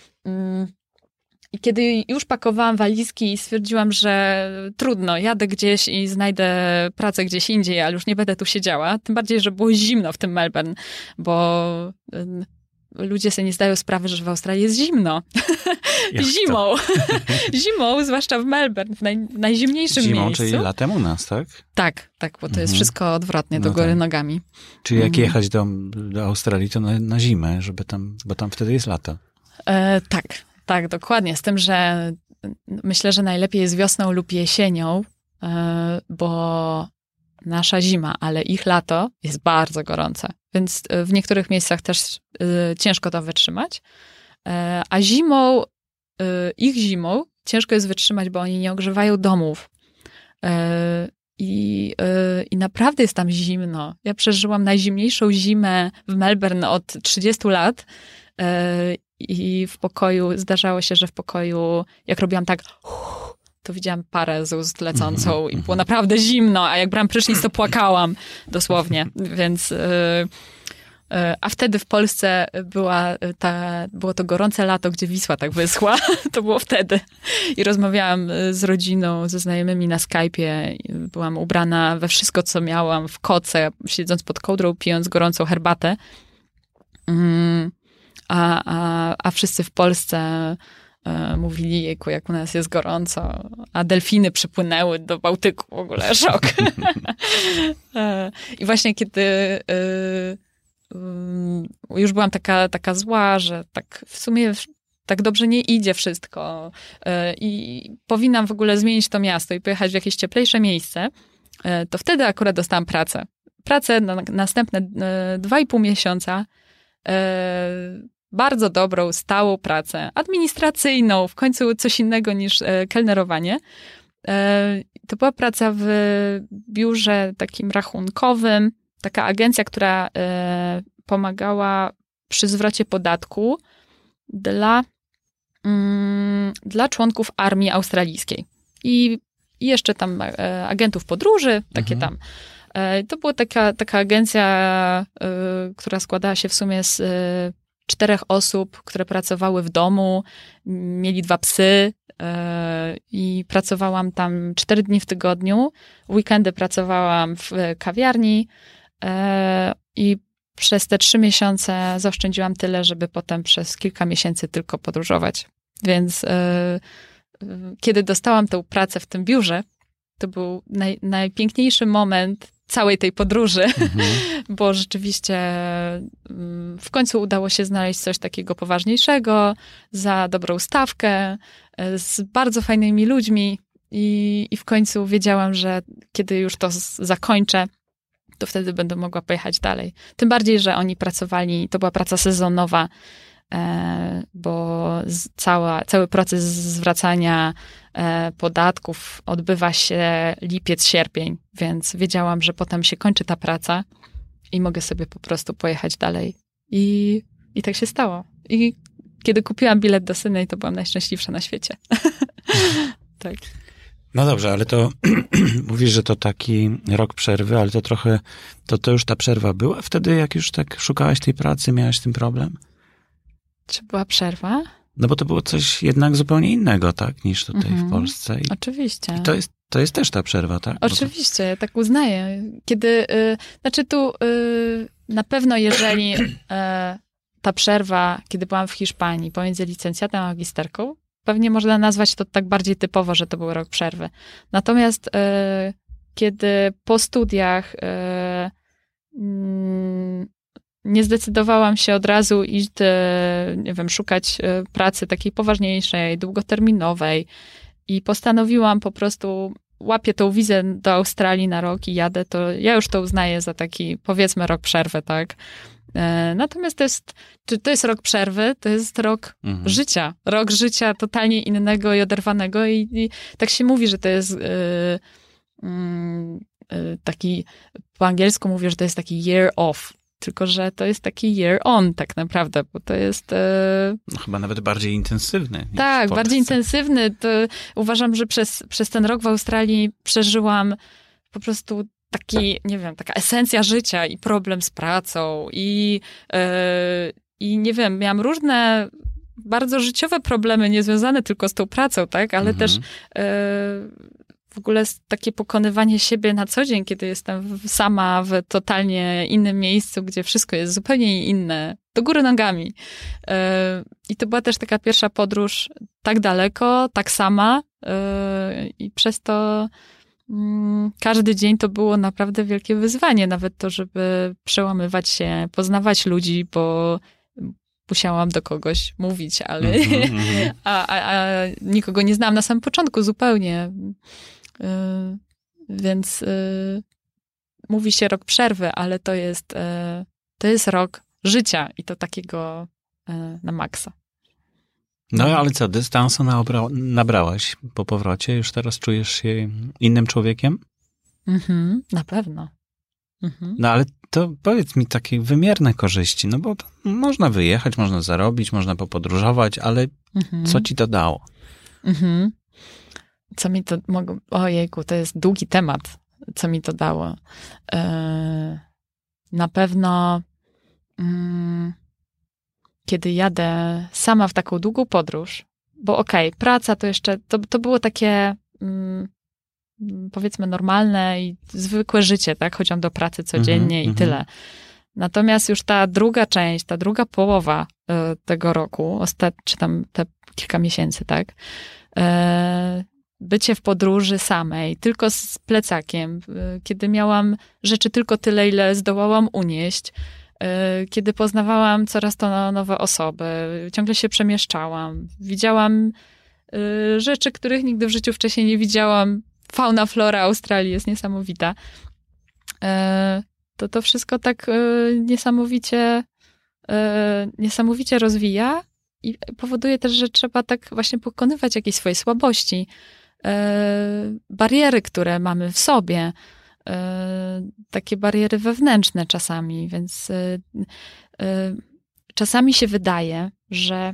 I kiedy już pakowałam walizki i stwierdziłam, że trudno, jadę gdzieś i znajdę pracę gdzieś indziej, ale już nie będę tu siedziała. Tym bardziej, że było zimno w tym Melbourne, bo ludzie sobie nie zdają sprawy, że w Australii jest zimno. Zimą. Zimą, zwłaszcza w Melbourne, w naj, najzimniejszym Zimą, miejscu. czyli latem u nas, tak? Tak, tak, bo to Mhm. jest wszystko odwrotnie, do No góry tak. nogami. Czyli jak Mhm. jechać do, do Australii, to na, na zimę, żeby tam, bo tam wtedy jest lato. E, tak, tak, dokładnie. Z tym, że myślę, że najlepiej jest wiosną lub jesienią, e, bo nasza zima, ale ich lato jest bardzo gorące. Więc w niektórych miejscach też e, ciężko to wytrzymać. E, a zimą, e, ich zimą ciężko jest wytrzymać, bo oni nie ogrzewają domów. E, I, e, I naprawdę jest tam zimno. Ja przeżyłam najzimniejszą zimę w Melbourne od trzydziestu lat. E, I w pokoju, zdarzało się, że w pokoju, jak robiłam tak, uff, to widziałam parę z ust lecącą i było naprawdę zimno, a jak brałam prysznic, to płakałam dosłownie, więc... Yy, yy, a wtedy w Polsce była ta, było to gorące lato, gdzie Wisła tak wyschła, to było wtedy. I rozmawiałam z rodziną, ze znajomymi na Skype'ie, byłam ubrana we wszystko, co miałam, w koce, siedząc pod kołdrą, pijąc gorącą herbatę. Yy. A, a, a wszyscy w Polsce e, mówili, jejku, jak u nas jest gorąco, a delfiny przypłynęły do Bałtyku, w ogóle szok. e, I właśnie kiedy e, e, już byłam taka, taka zła, że tak w sumie tak dobrze nie idzie wszystko e, i powinnam w ogóle zmienić to miasto i pojechać w jakieś cieplejsze miejsce, e, to wtedy akurat dostałam pracę. Pracę na następne e, dwa i pół miesiąca, e, bardzo dobrą, stałą pracę, administracyjną, w końcu coś innego niż e, kelnerowanie. E, to była praca w biurze takim rachunkowym, taka agencja, która e, pomagała przy zwrocie podatku dla, mm, dla członków armii australijskiej. I, i jeszcze tam e, agentów podróży, takie mhm. tam. E, to była taka, taka agencja, e, która składała się w sumie z e, czterech osób, które pracowały w domu, mieli dwa psy yy, i pracowałam tam cztery dni w tygodniu. W weekendy pracowałam w kawiarni yy, i przez te trzy miesiące zaoszczędziłam tyle, żeby potem przez kilka miesięcy tylko podróżować. Więc yy, yy, kiedy dostałam tę pracę w tym biurze, to był naj, najpiękniejszy moment całej tej podróży, mhm. bo rzeczywiście w końcu udało się znaleźć coś takiego poważniejszego, za dobrą stawkę, z bardzo fajnymi ludźmi i, i w końcu wiedziałam, że kiedy już to zakończę, to wtedy będę mogła pojechać dalej. Tym bardziej, że oni pracowali, to była praca sezonowa, bo cała, cały proces zwracania podatków odbywa się lipiec, sierpień, więc wiedziałam, że potem się kończy ta praca i mogę sobie po prostu pojechać dalej. I, i tak się stało. I kiedy kupiłam bilet do Sydney, to byłam najszczęśliwsza na świecie. Tak. No dobrze, ale to mówisz, że to taki rok przerwy, ale to trochę, to, to już ta przerwa była wtedy, jak już tak szukałaś tej pracy, miałaś z tym problem? Czy była przerwa? No bo to było coś jednak zupełnie innego, tak, niż tutaj mhm. w Polsce. I, Oczywiście. I to jest, to jest też ta przerwa, tak? Oczywiście, ja tak uznaję. Kiedy, y, znaczy tu y, na pewno jeżeli y, ta przerwa, kiedy byłam w Hiszpanii pomiędzy licencjatem a magisterką, pewnie można nazwać to tak bardziej typowo, że to był rok przerwy. Natomiast y, kiedy po studiach y, y, nie zdecydowałam się od razu iść, nie wiem, szukać pracy takiej poważniejszej, długoterminowej i postanowiłam po prostu, łapię tą wizę do Australii na rok i jadę, to ja już to uznaję za taki, powiedzmy, rok przerwy, tak? Natomiast to jest, czy to jest rok przerwy, to jest rok mhm. życia. Rok życia totalnie innego i oderwanego i, i tak się mówi, że to jest yy, yy, taki, po angielsku mówię, że to jest taki year off. Tylko że to jest taki year on tak naprawdę, bo to jest... E... No, chyba nawet bardziej intensywny. Tak, bardziej intensywny. To uważam, że przez, przez ten rok w Australii przeżyłam po prostu taki, nie wiem, taka esencja życia i problem z pracą i, e... i nie wiem, miałam różne bardzo życiowe problemy, niezwiązane tylko z tą pracą, tak, ale mhm. też e... w ogóle takie pokonywanie siebie na co dzień, kiedy jestem sama w totalnie innym miejscu, gdzie wszystko jest zupełnie inne, do góry nogami. I to była też taka pierwsza podróż tak daleko, tak sama i przez to każdy dzień to było naprawdę wielkie wyzwanie, nawet to, żeby przełamywać się, poznawać ludzi, bo musiałam do kogoś mówić, ale mm-hmm. a, a, a nikogo nie znałam na samym początku zupełnie. Yy, więc yy, mówi się rok przerwy, ale to jest, yy, to jest rok życia i to takiego yy, na maksa. No ale co, dystansu nabra- nabrałaś po powrocie? Już teraz czujesz się innym człowiekiem? Mhm, na pewno. Mhm. No ale to powiedz mi takie wymierne korzyści, no bo to można wyjechać, można zarobić, można popodróżować, ale mhm. co ci to dało? Mhm. Co mi to mogło... Ojejku, to jest długi temat. Co mi to dało? Yy, na pewno yy, kiedy jadę sama w taką długą podróż, bo okej, okay, praca to jeszcze... To, to było takie... Yy, powiedzmy normalne i zwykłe życie, tak? Chodziłam do pracy codziennie mm-hmm, i tyle. Mm-hmm. Natomiast już ta druga część, ta druga połowa y, tego roku, ostat, czy tam te kilka miesięcy, tak? Y, bycie w podróży samej, tylko z plecakiem, y, kiedy miałam rzeczy tylko tyle, ile zdołałam unieść, y, kiedy poznawałam coraz to nowe osoby, ciągle się przemieszczałam, widziałam y, rzeczy, których nigdy w życiu wcześniej nie widziałam. Fauna, flora Australii jest niesamowita. To to wszystko tak niesamowicie, niesamowicie rozwija i powoduje też, że trzeba tak właśnie pokonywać jakieś swoje słabości, bariery, które mamy w sobie, takie bariery wewnętrzne czasami, więc czasami się wydaje, że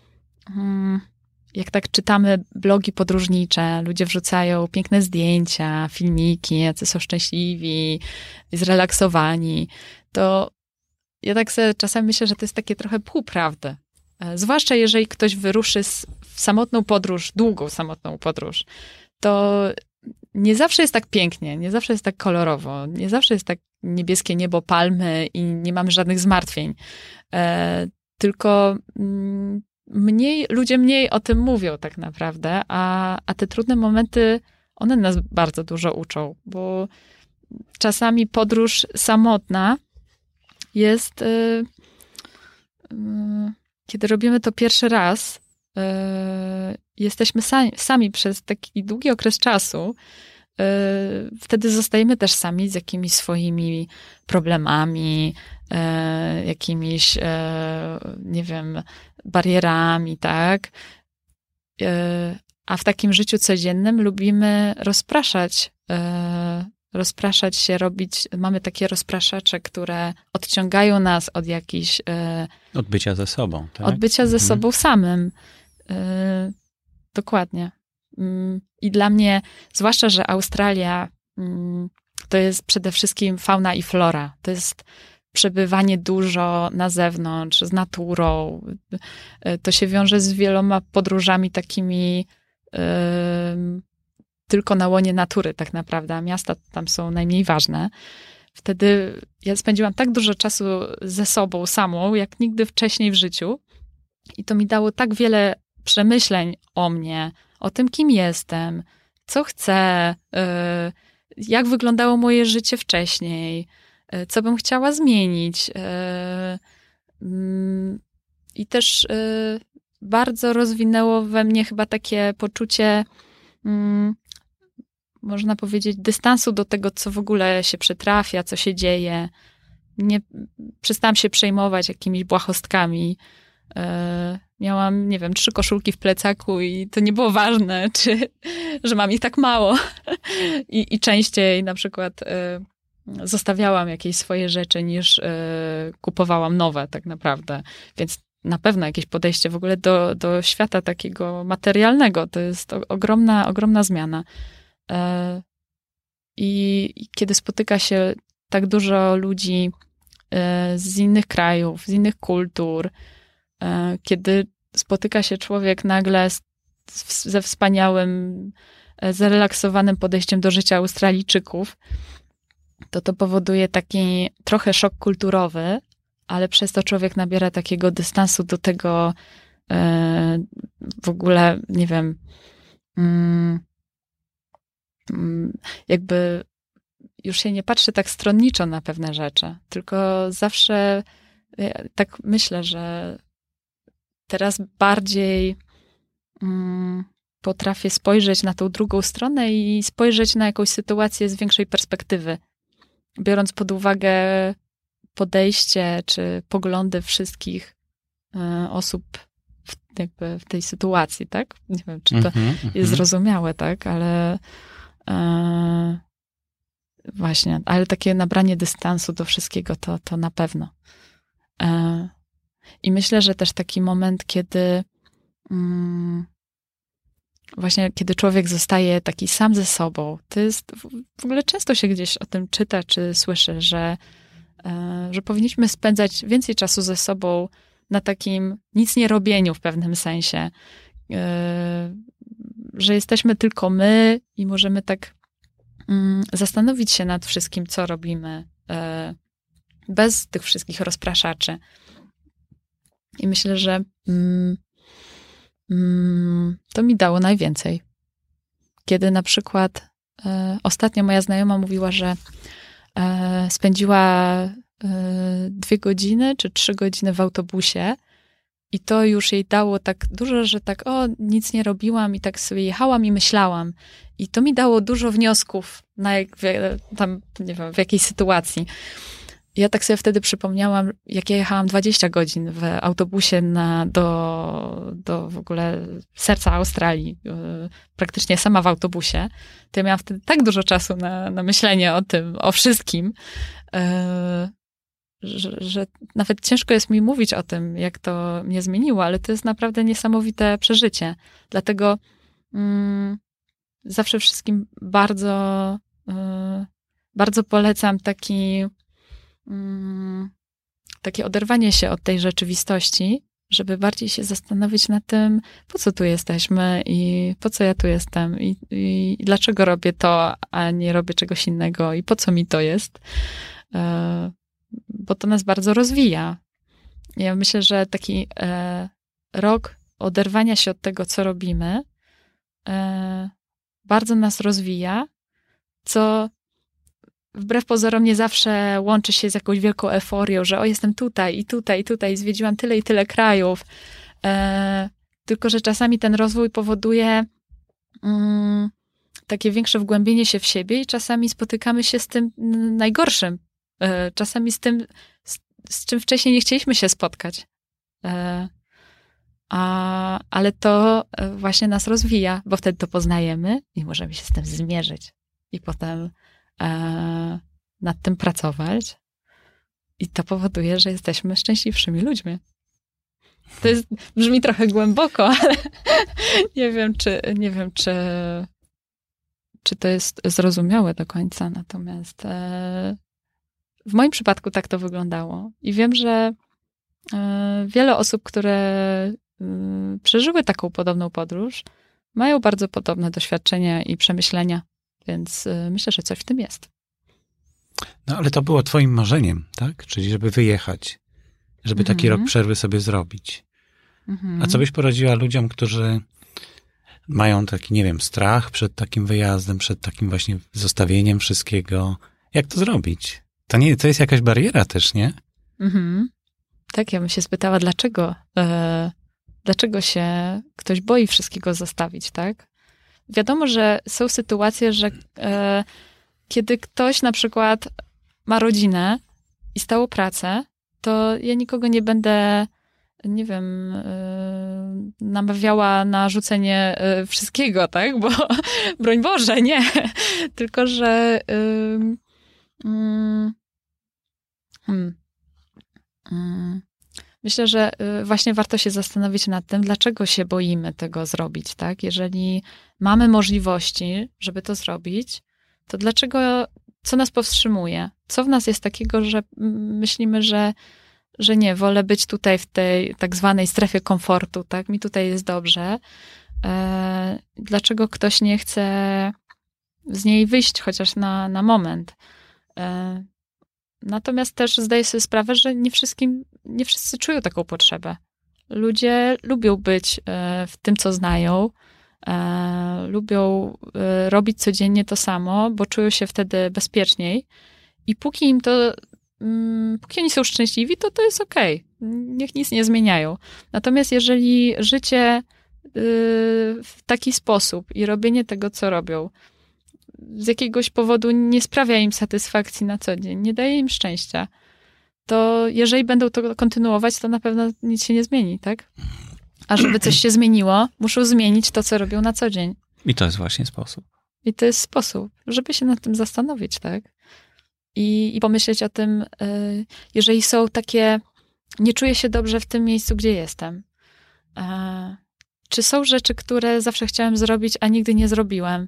jak tak czytamy blogi podróżnicze, ludzie wrzucają piękne zdjęcia, filmiki, jacy są szczęśliwi, zrelaksowani, to ja tak sobie czasami myślę, że to jest takie trochę półprawdy. Zwłaszcza jeżeli ktoś wyruszy w samotną podróż, długą samotną podróż, to nie zawsze jest tak pięknie, nie zawsze jest tak kolorowo, nie zawsze jest tak niebieskie niebo, palmy i nie mamy żadnych zmartwień. E, tylko... Mm, Mniej, ludzie mniej o tym mówią tak naprawdę, a, a te trudne momenty, one nas bardzo dużo uczą, bo czasami podróż samotna jest, y, y, kiedy robimy to pierwszy raz, y, jesteśmy sami, sami przez taki długi okres czasu, y, wtedy zostajemy też sami z jakimiś swoimi problemami, y, jakimiś, y, nie wiem, barierami, tak? A w takim życiu codziennym lubimy rozpraszać, rozpraszać się, robić, mamy takie rozpraszacze, które odciągają nas od jakichś... Od bycia ze sobą, tak? Od bycia ze mhm. sobą samym. Dokładnie. I dla mnie, zwłaszcza, że Australia to jest przede wszystkim fauna i flora. To jest przebywanie dużo na zewnątrz, z naturą. To się wiąże z wieloma podróżami takimi yy, tylko na łonie natury tak naprawdę, a miasta tam są najmniej ważne. Wtedy ja spędziłam tak dużo czasu ze sobą samą, jak nigdy wcześniej w życiu. I to mi dało tak wiele przemyśleń o mnie, o tym, kim jestem, co chcę, yy, jak wyglądało moje życie wcześniej, co bym chciała zmienić. I też bardzo rozwinęło we mnie chyba takie poczucie, można powiedzieć, dystansu do tego, co w ogóle się przytrafia, co się dzieje. Nie przestałam się przejmować jakimiś błahostkami. Miałam, nie wiem, trzy koszulki w plecaku i to nie było ważne, czy, że mam ich tak mało. I, i częściej na przykład zostawiałam jakieś swoje rzeczy, niż y, kupowałam nowe tak naprawdę. Więc na pewno jakieś podejście w ogóle do, do świata takiego materialnego. To jest o, ogromna, ogromna zmiana. Y, i, I kiedy spotyka się tak dużo ludzi y, z innych krajów, z innych kultur, y, kiedy spotyka się człowiek nagle z, z, ze wspaniałym zrelaksowanym podejściem do życia Australijczyków, to to powoduje taki trochę szok kulturowy, ale przez to człowiek nabiera takiego dystansu do tego w ogóle, nie wiem, jakby już się nie patrzy tak stronniczo na pewne rzeczy, tylko zawsze tak myślę, że teraz bardziej potrafię spojrzeć na tą drugą stronę i spojrzeć na jakąś sytuację z większej perspektywy, biorąc pod uwagę podejście czy poglądy wszystkich osób w, jakby w tej sytuacji, tak? Nie wiem, czy to mm-hmm, jest mm-hmm. zrozumiałe, tak? Ale e, właśnie, ale takie nabranie dystansu do wszystkiego to, to na pewno. E, I myślę, że też taki moment, kiedy mm, właśnie, kiedy człowiek zostaje taki sam ze sobą, to jest, w ogóle często się gdzieś o tym czyta, czy słyszy, że, e, że powinniśmy spędzać więcej czasu ze sobą na takim nic nie robieniu w pewnym sensie, yy, że jesteśmy tylko my i możemy tak yy, zastanowić się nad wszystkim, co robimy, yy, bez tych wszystkich rozpraszaczy. I myślę, że yy, yy, to mi dało najwięcej. Kiedy na przykład yy, ostatnio moja znajoma mówiła, że yy, spędziła dwie godziny czy trzy godziny w autobusie i to już jej dało tak dużo, że tak o, nic nie robiłam i tak sobie jechałam i myślałam. I to mi dało dużo wniosków na jak, tam, nie wiem, w jakiej sytuacji. Ja tak sobie wtedy przypomniałam, jak ja jechałam dwadzieścia godzin w autobusie na, do, do w ogóle serca Australii, praktycznie sama w autobusie, to ja miałam wtedy tak dużo czasu na, na myślenie o tym, o wszystkim, Że, że nawet ciężko jest mi mówić o tym, jak to mnie zmieniło, ale to jest naprawdę niesamowite przeżycie. Dlatego mm, zawsze wszystkim bardzo, y, bardzo polecam taki, y, takie oderwanie się od tej rzeczywistości, żeby bardziej się zastanowić nad tym, po co tu jesteśmy i po co ja tu jestem i, i dlaczego robię to, a nie robię czegoś innego i po co mi to jest. Y, bo to nas bardzo rozwija. Ja myślę, że taki e, rok oderwania się od tego, co robimy, e, bardzo nas rozwija, co wbrew pozorom nie zawsze łączy się z jakąś wielką euforią, że o, jestem tutaj i tutaj i tutaj, zwiedziłam tyle i tyle krajów. E, tylko, że czasami ten rozwój powoduje mm, takie większe wgłębienie się w siebie i czasami spotykamy się z tym najgorszym. Czasami z tym, z, z czym wcześniej nie chcieliśmy się spotkać. A, ale to właśnie nas rozwija, bo wtedy to poznajemy i możemy się z tym zmierzyć. I potem e, nad tym pracować. I to powoduje, że jesteśmy szczęśliwszymi ludźmi. To jest, brzmi trochę głęboko, ale nie wiem, czy, nie wiem, czy, czy to jest zrozumiałe do końca. Natomiast e, w moim przypadku tak to wyglądało. I wiem, że e, wiele osób, które e, przeżyły taką podobną podróż, mają bardzo podobne doświadczenia i przemyślenia. Więc e, myślę, że coś w tym jest. No, ale to było twoim marzeniem, tak? Czyli żeby wyjechać, żeby taki mm-hmm. rok przerwy sobie zrobić. Mm-hmm. A co byś poradziła ludziom, którzy mają taki, nie wiem, strach przed takim wyjazdem, przed takim właśnie zostawieniem wszystkiego? Jak to zrobić? To nie, to jest jakaś bariera też, nie? Mm-hmm. Tak, ja bym się spytała, dlaczego, e, dlaczego się ktoś boi wszystkiego zostawić, tak? Wiadomo, że są sytuacje, że e, kiedy ktoś na przykład ma rodzinę i stałą pracę, to ja nikogo nie będę, nie wiem, yy, namawiała na rzucenie yy, wszystkiego, tak? Bo broń Boże, nie. Tylko, że yy, yy, hmm, yy. myślę, że yy, właśnie warto się zastanowić nad tym, dlaczego się boimy tego zrobić, tak? Jeżeli mamy możliwości, żeby to zrobić, to dlaczego, co nas powstrzymuje? Co w nas jest takiego, że myślimy, że, że nie, wolę być tutaj w tej tak zwanej strefie komfortu, tak? Mi tutaj jest dobrze. E, dlaczego ktoś nie chce z niej wyjść chociaż na, na moment. E, natomiast też zdaję sobie sprawę, że nie wszystkim, nie wszyscy czują taką potrzebę. Ludzie lubią być e, w tym, co znają, e, lubią e, robić codziennie to samo, bo czują się wtedy bezpieczniej i póki im to, mm, póki oni są szczęśliwi, to to jest okej. Niech nic nie zmieniają. Natomiast jeżeli życie w taki sposób i robienie tego, co robią, z jakiegoś powodu nie sprawia im satysfakcji na co dzień, nie daje im szczęścia, to jeżeli będą to kontynuować, to na pewno nic się nie zmieni, tak? A żeby coś się zmieniło, muszą zmienić to, co robią na co dzień. I to jest właśnie sposób. I to jest sposób, żeby się nad tym zastanowić, tak? I, i pomyśleć o tym, jeżeli są takie, nie czuję się dobrze w tym miejscu, gdzie jestem. Czy są rzeczy, które zawsze chciałem zrobić, a nigdy nie zrobiłem?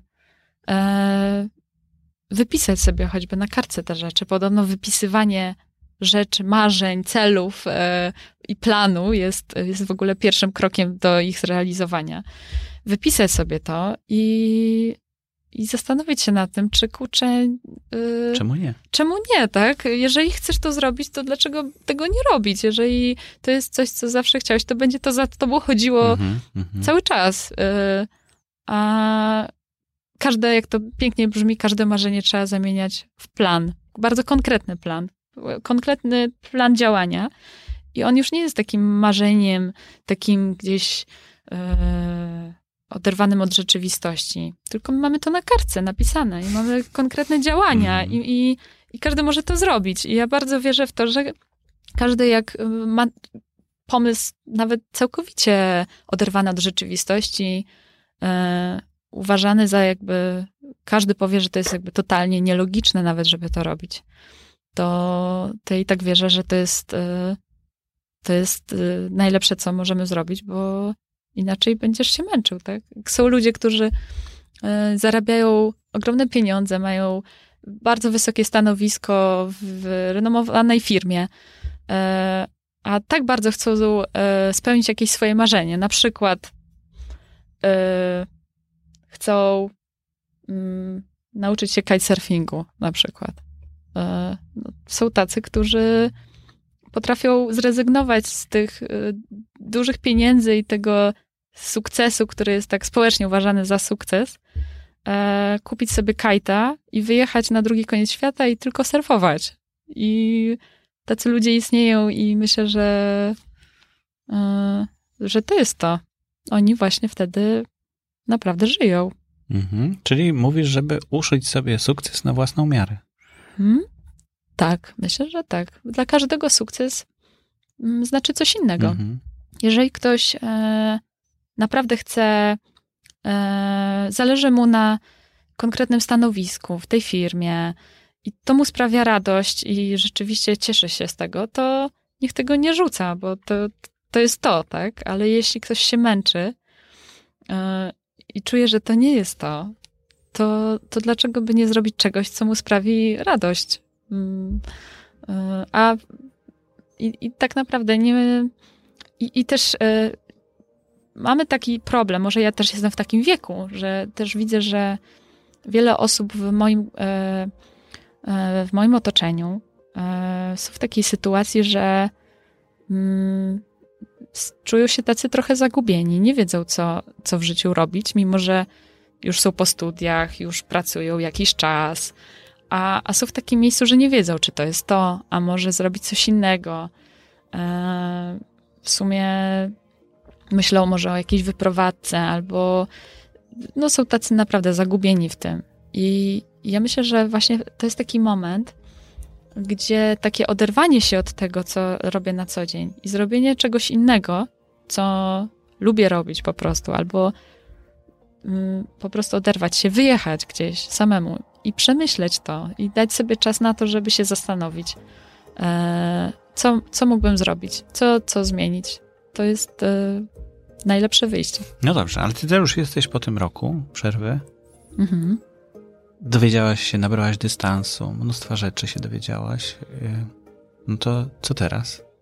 E, wypisać sobie choćby na kartce te rzeczy. Podobno wypisywanie rzeczy, marzeń, celów e, i planu jest, jest w ogóle pierwszym krokiem do ich zrealizowania. Wypisać sobie to i, i zastanowić się nad tym, czy kurczę... E, czemu nie? Czemu nie, tak? Jeżeli chcesz to zrobić, to dlaczego tego nie robić? Jeżeli to jest coś, co zawsze chciałeś, to będzie to za tobą chodziło mm-hmm, mm-hmm. cały czas. Y, a każde, jak to pięknie brzmi, każde marzenie trzeba zamieniać w plan. Bardzo konkretny plan. Konkretny plan działania. I on już nie jest takim marzeniem, takim gdzieś y, oderwanym od rzeczywistości. Tylko mamy to na kartce napisane i mamy konkretne działania mm. i, i, i każdy może to zrobić. I ja bardzo wierzę w to, że każdy jak ma pomysł nawet całkowicie oderwany od rzeczywistości, e, uważany za jakby, każdy powie, że to jest jakby totalnie nielogiczne nawet, żeby to robić, to, to i tak wierzę, że to jest, e, to jest e, najlepsze, co możemy zrobić, bo inaczej będziesz się męczył, tak? Są ludzie, którzy e, zarabiają ogromne pieniądze, mają bardzo wysokie stanowisko w renomowanej firmie, e, a tak bardzo chcą e, spełnić jakieś swoje marzenie. Na przykład e, chcą mm, nauczyć się kitesurfingu, na przykład. E, no, są tacy, którzy potrafią zrezygnować z tych y, dużych pieniędzy i tego sukcesu, który jest tak społecznie uważany za sukces, e, kupić sobie kajta i wyjechać na drugi koniec świata i tylko surfować. I tacy ludzie istnieją i myślę, że, e, że to jest to. Oni właśnie wtedy naprawdę żyją. Mhm. Czyli mówisz, żeby uszyć sobie sukces na własną miarę. Hmm? Tak, myślę, że tak. Dla każdego sukces mm, znaczy coś innego. Mhm. Jeżeli ktoś e, naprawdę chce, e, zależy mu na konkretnym stanowisku w tej firmie i to mu sprawia radość i rzeczywiście cieszy się z tego, to niech tego nie rzuca, bo to, to jest to, tak? Ale jeśli ktoś się męczy e, i czuje, że to nie jest to, to, to dlaczego by nie zrobić czegoś, co mu sprawi radość? A i, i tak naprawdę nie... I, i też y, mamy taki problem, może ja też jestem w takim wieku, że też widzę, że wiele osób w moim, y, y, w moim otoczeniu y, są w takiej sytuacji, że y, czują się tacy trochę zagubieni, nie wiedzą, co, co w życiu robić, mimo że już są po studiach, już pracują jakiś czas, A, a są w takim miejscu, że nie wiedzą, czy to jest to, a może zrobić coś innego. E, w sumie myślą może o jakiejś wyprowadzce, albo no są tacy naprawdę zagubieni w tym. I, i ja myślę, że właśnie to jest taki moment, gdzie takie oderwanie się od tego, co robię na co dzień i zrobienie czegoś innego, co lubię robić po prostu, albo mm, po prostu oderwać się, wyjechać gdzieś samemu i przemyśleć to i dać sobie czas na to, żeby się zastanowić, e, co, co mógłbym zrobić, co, co zmienić. To jest e, najlepsze wyjście. No dobrze, ale ty też już jesteś po tym roku przerwy. Mhm. Dowiedziałaś się, nabrałaś dystansu, mnóstwa rzeczy się dowiedziałaś. No to co teraz?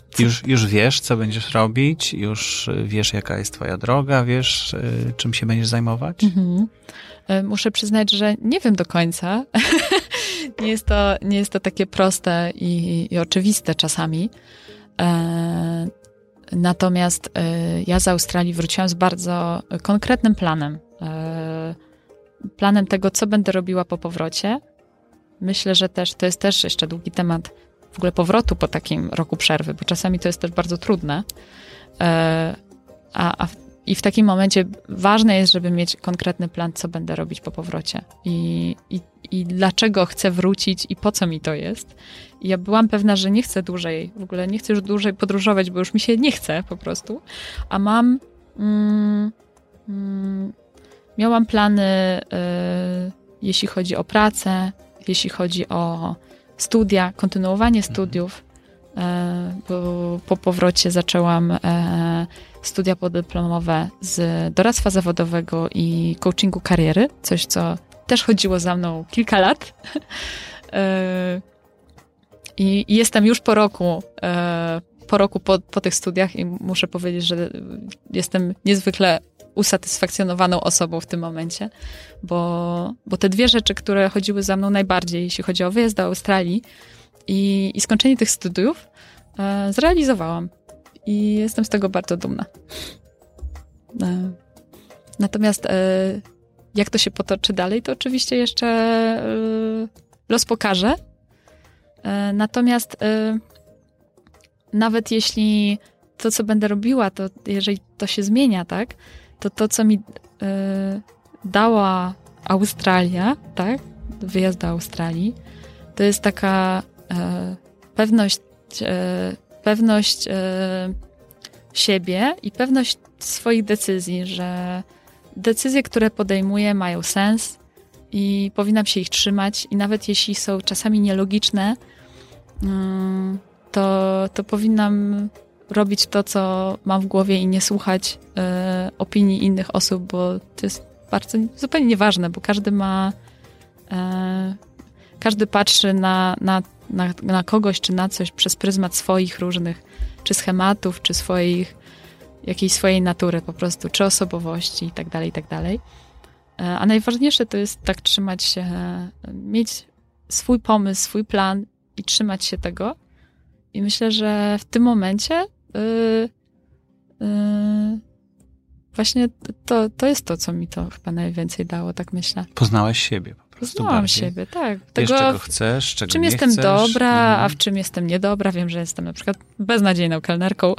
Już, już wiesz, co będziesz robić, już wiesz, jaka jest twoja droga, wiesz, czym się będziesz zajmować? Mhm. Muszę przyznać, że nie wiem do końca. nie, jest to, nie jest to takie proste i, i oczywiste czasami. E, natomiast e, ja z Australii wróciłam z bardzo konkretnym planem. E, planem tego, co będę robiła po powrocie. Myślę, że też to jest też jeszcze długi temat w ogóle powrotu po takim roku przerwy, bo czasami to jest też bardzo trudne. E, a, a I w takim momencie ważne jest, żeby mieć konkretny plan, co będę robić po powrocie i, i, i dlaczego chcę wrócić i po co mi to jest. I ja byłam pewna, że nie chcę dłużej, w ogóle nie chcę już dłużej podróżować, bo już mi się nie chce po prostu. A mam, mm, mm, miałam plany, y, jeśli chodzi o pracę, jeśli chodzi o studia, kontynuowanie studiów, y, bo po powrocie zaczęłam y, studia podyplomowe z doradztwa zawodowego i coachingu kariery, coś, co też chodziło za mną kilka lat. I jestem już po roku, po roku po, po tych studiach i muszę powiedzieć, że jestem niezwykle usatysfakcjonowaną osobą w tym momencie, bo, bo te dwie rzeczy, które chodziły za mną najbardziej, jeśli chodzi o wyjazd do Australii i, i skończenie tych studiów, zrealizowałam. I jestem z tego bardzo dumna. Natomiast jak to się potoczy dalej, to oczywiście jeszcze los pokaże. Natomiast nawet jeśli to, co będę robiła, to jeżeli to się zmienia, tak, to to, co mi dała Australia, tak, wyjazd do Australii, to jest taka pewność pewność e, siebie i pewność swoich decyzji, że decyzje, które podejmuję, mają sens i powinnam się ich trzymać i nawet jeśli są czasami nielogiczne, to, to powinnam robić to, co mam w głowie i nie słuchać e, opinii innych osób, bo to jest bardzo zupełnie nieważne, bo każdy ma e, każdy patrzy na, na Na, na kogoś, czy na coś przez pryzmat swoich różnych, czy schematów, czy swoich, jakiejś swojej natury po prostu, czy osobowości i tak dalej, i tak dalej. A najważniejsze to jest tak trzymać się, mieć swój pomysł, swój plan i trzymać się tego. I myślę, że w tym momencie yy, yy, właśnie to, to jest to, co mi to chyba najwięcej dało, tak myślę. Poznałaś siebie. Poznałam siebie, tak. Tego, wiesz, czego chcesz, czego czym nie jestem chcesz. dobra, mhm. a w czym jestem niedobra. Wiem, że jestem na przykład beznadziejną kelnerką.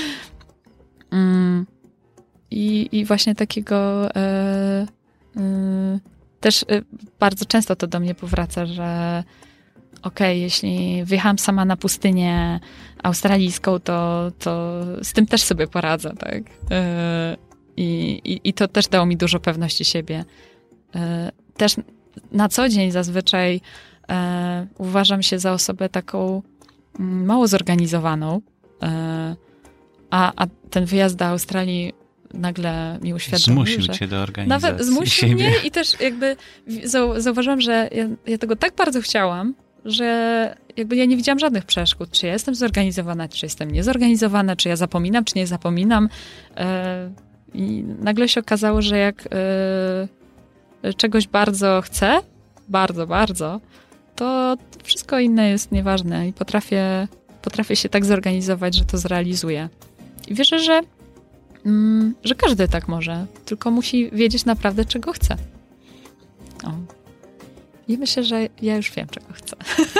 mm. I, I właśnie takiego e, e, też e, bardzo często to do mnie powraca, że okej, okay, jeśli wyjechałam sama na pustynię australijską, to, to z tym też sobie poradzę, tak? E, i, i, I to też dało mi dużo pewności siebie. E, też na co dzień zazwyczaj e, uważam się za osobę taką m, mało zorganizowaną, e, a, a ten wyjazd do Australii nagle mi uświadomił, zmusił że cię do organizacji nawet zmusił siebie. mnie i też jakby zau, zauważyłam, że ja, ja tego tak bardzo chciałam, że jakby ja nie widziałam żadnych przeszkód, czy ja jestem zorganizowana, czy jestem niezorganizowana, czy ja zapominam, czy nie zapominam. E, I nagle się okazało, że jak e, czegoś bardzo chcę, bardzo, bardzo, to wszystko inne jest nieważne i potrafię, potrafię się tak zorganizować, że to zrealizuję. I wierzę, że, mm, że każdy tak może, tylko musi wiedzieć naprawdę, czego chce. O. I myślę, że ja już wiem, czego chcę.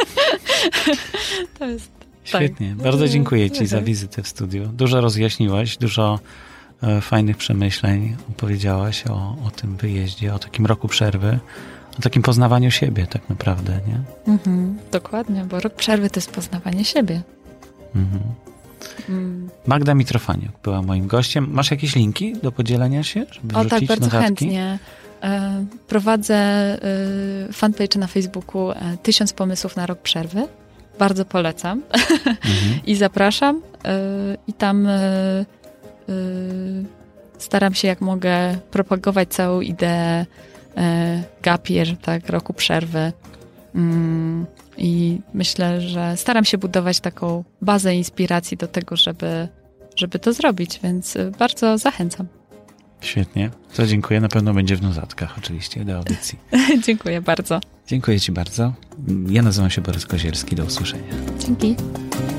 To jest... Świetnie. Tak. Bardzo dziękuję ci za wizytę w studiu. Dużo rozjaśniłaś, dużo e, fajnych przemyśleń opowiedziałaś o, o tym wyjeździe, o takim roku przerwy, o takim poznawaniu siebie tak naprawdę, nie? Mhm, dokładnie, bo rok przerwy to jest poznawanie siebie. Mhm. Mm. Magda Mitrofaniuk była moim gościem. Masz jakieś linki do podzielenia się? Żeby o tak, bardzo notatki? chętnie. Prowadzę fanpage na Facebooku Tysiąc pomysłów na rok przerwy. Bardzo polecam. Mhm. I zapraszam. I tam staram się, jak mogę, propagować całą ideę gap year, tak, roku przerwy. I myślę, że staram się budować taką bazę inspiracji do tego, żeby, żeby to zrobić, więc bardzo zachęcam. Świetnie. To dziękuję. Na pewno będzie w notatkach oczywiście do audycji. Dziękuję bardzo. Dziękuję Ci bardzo. Ja nazywam się Borys Kozielski. Do usłyszenia. Dzięki.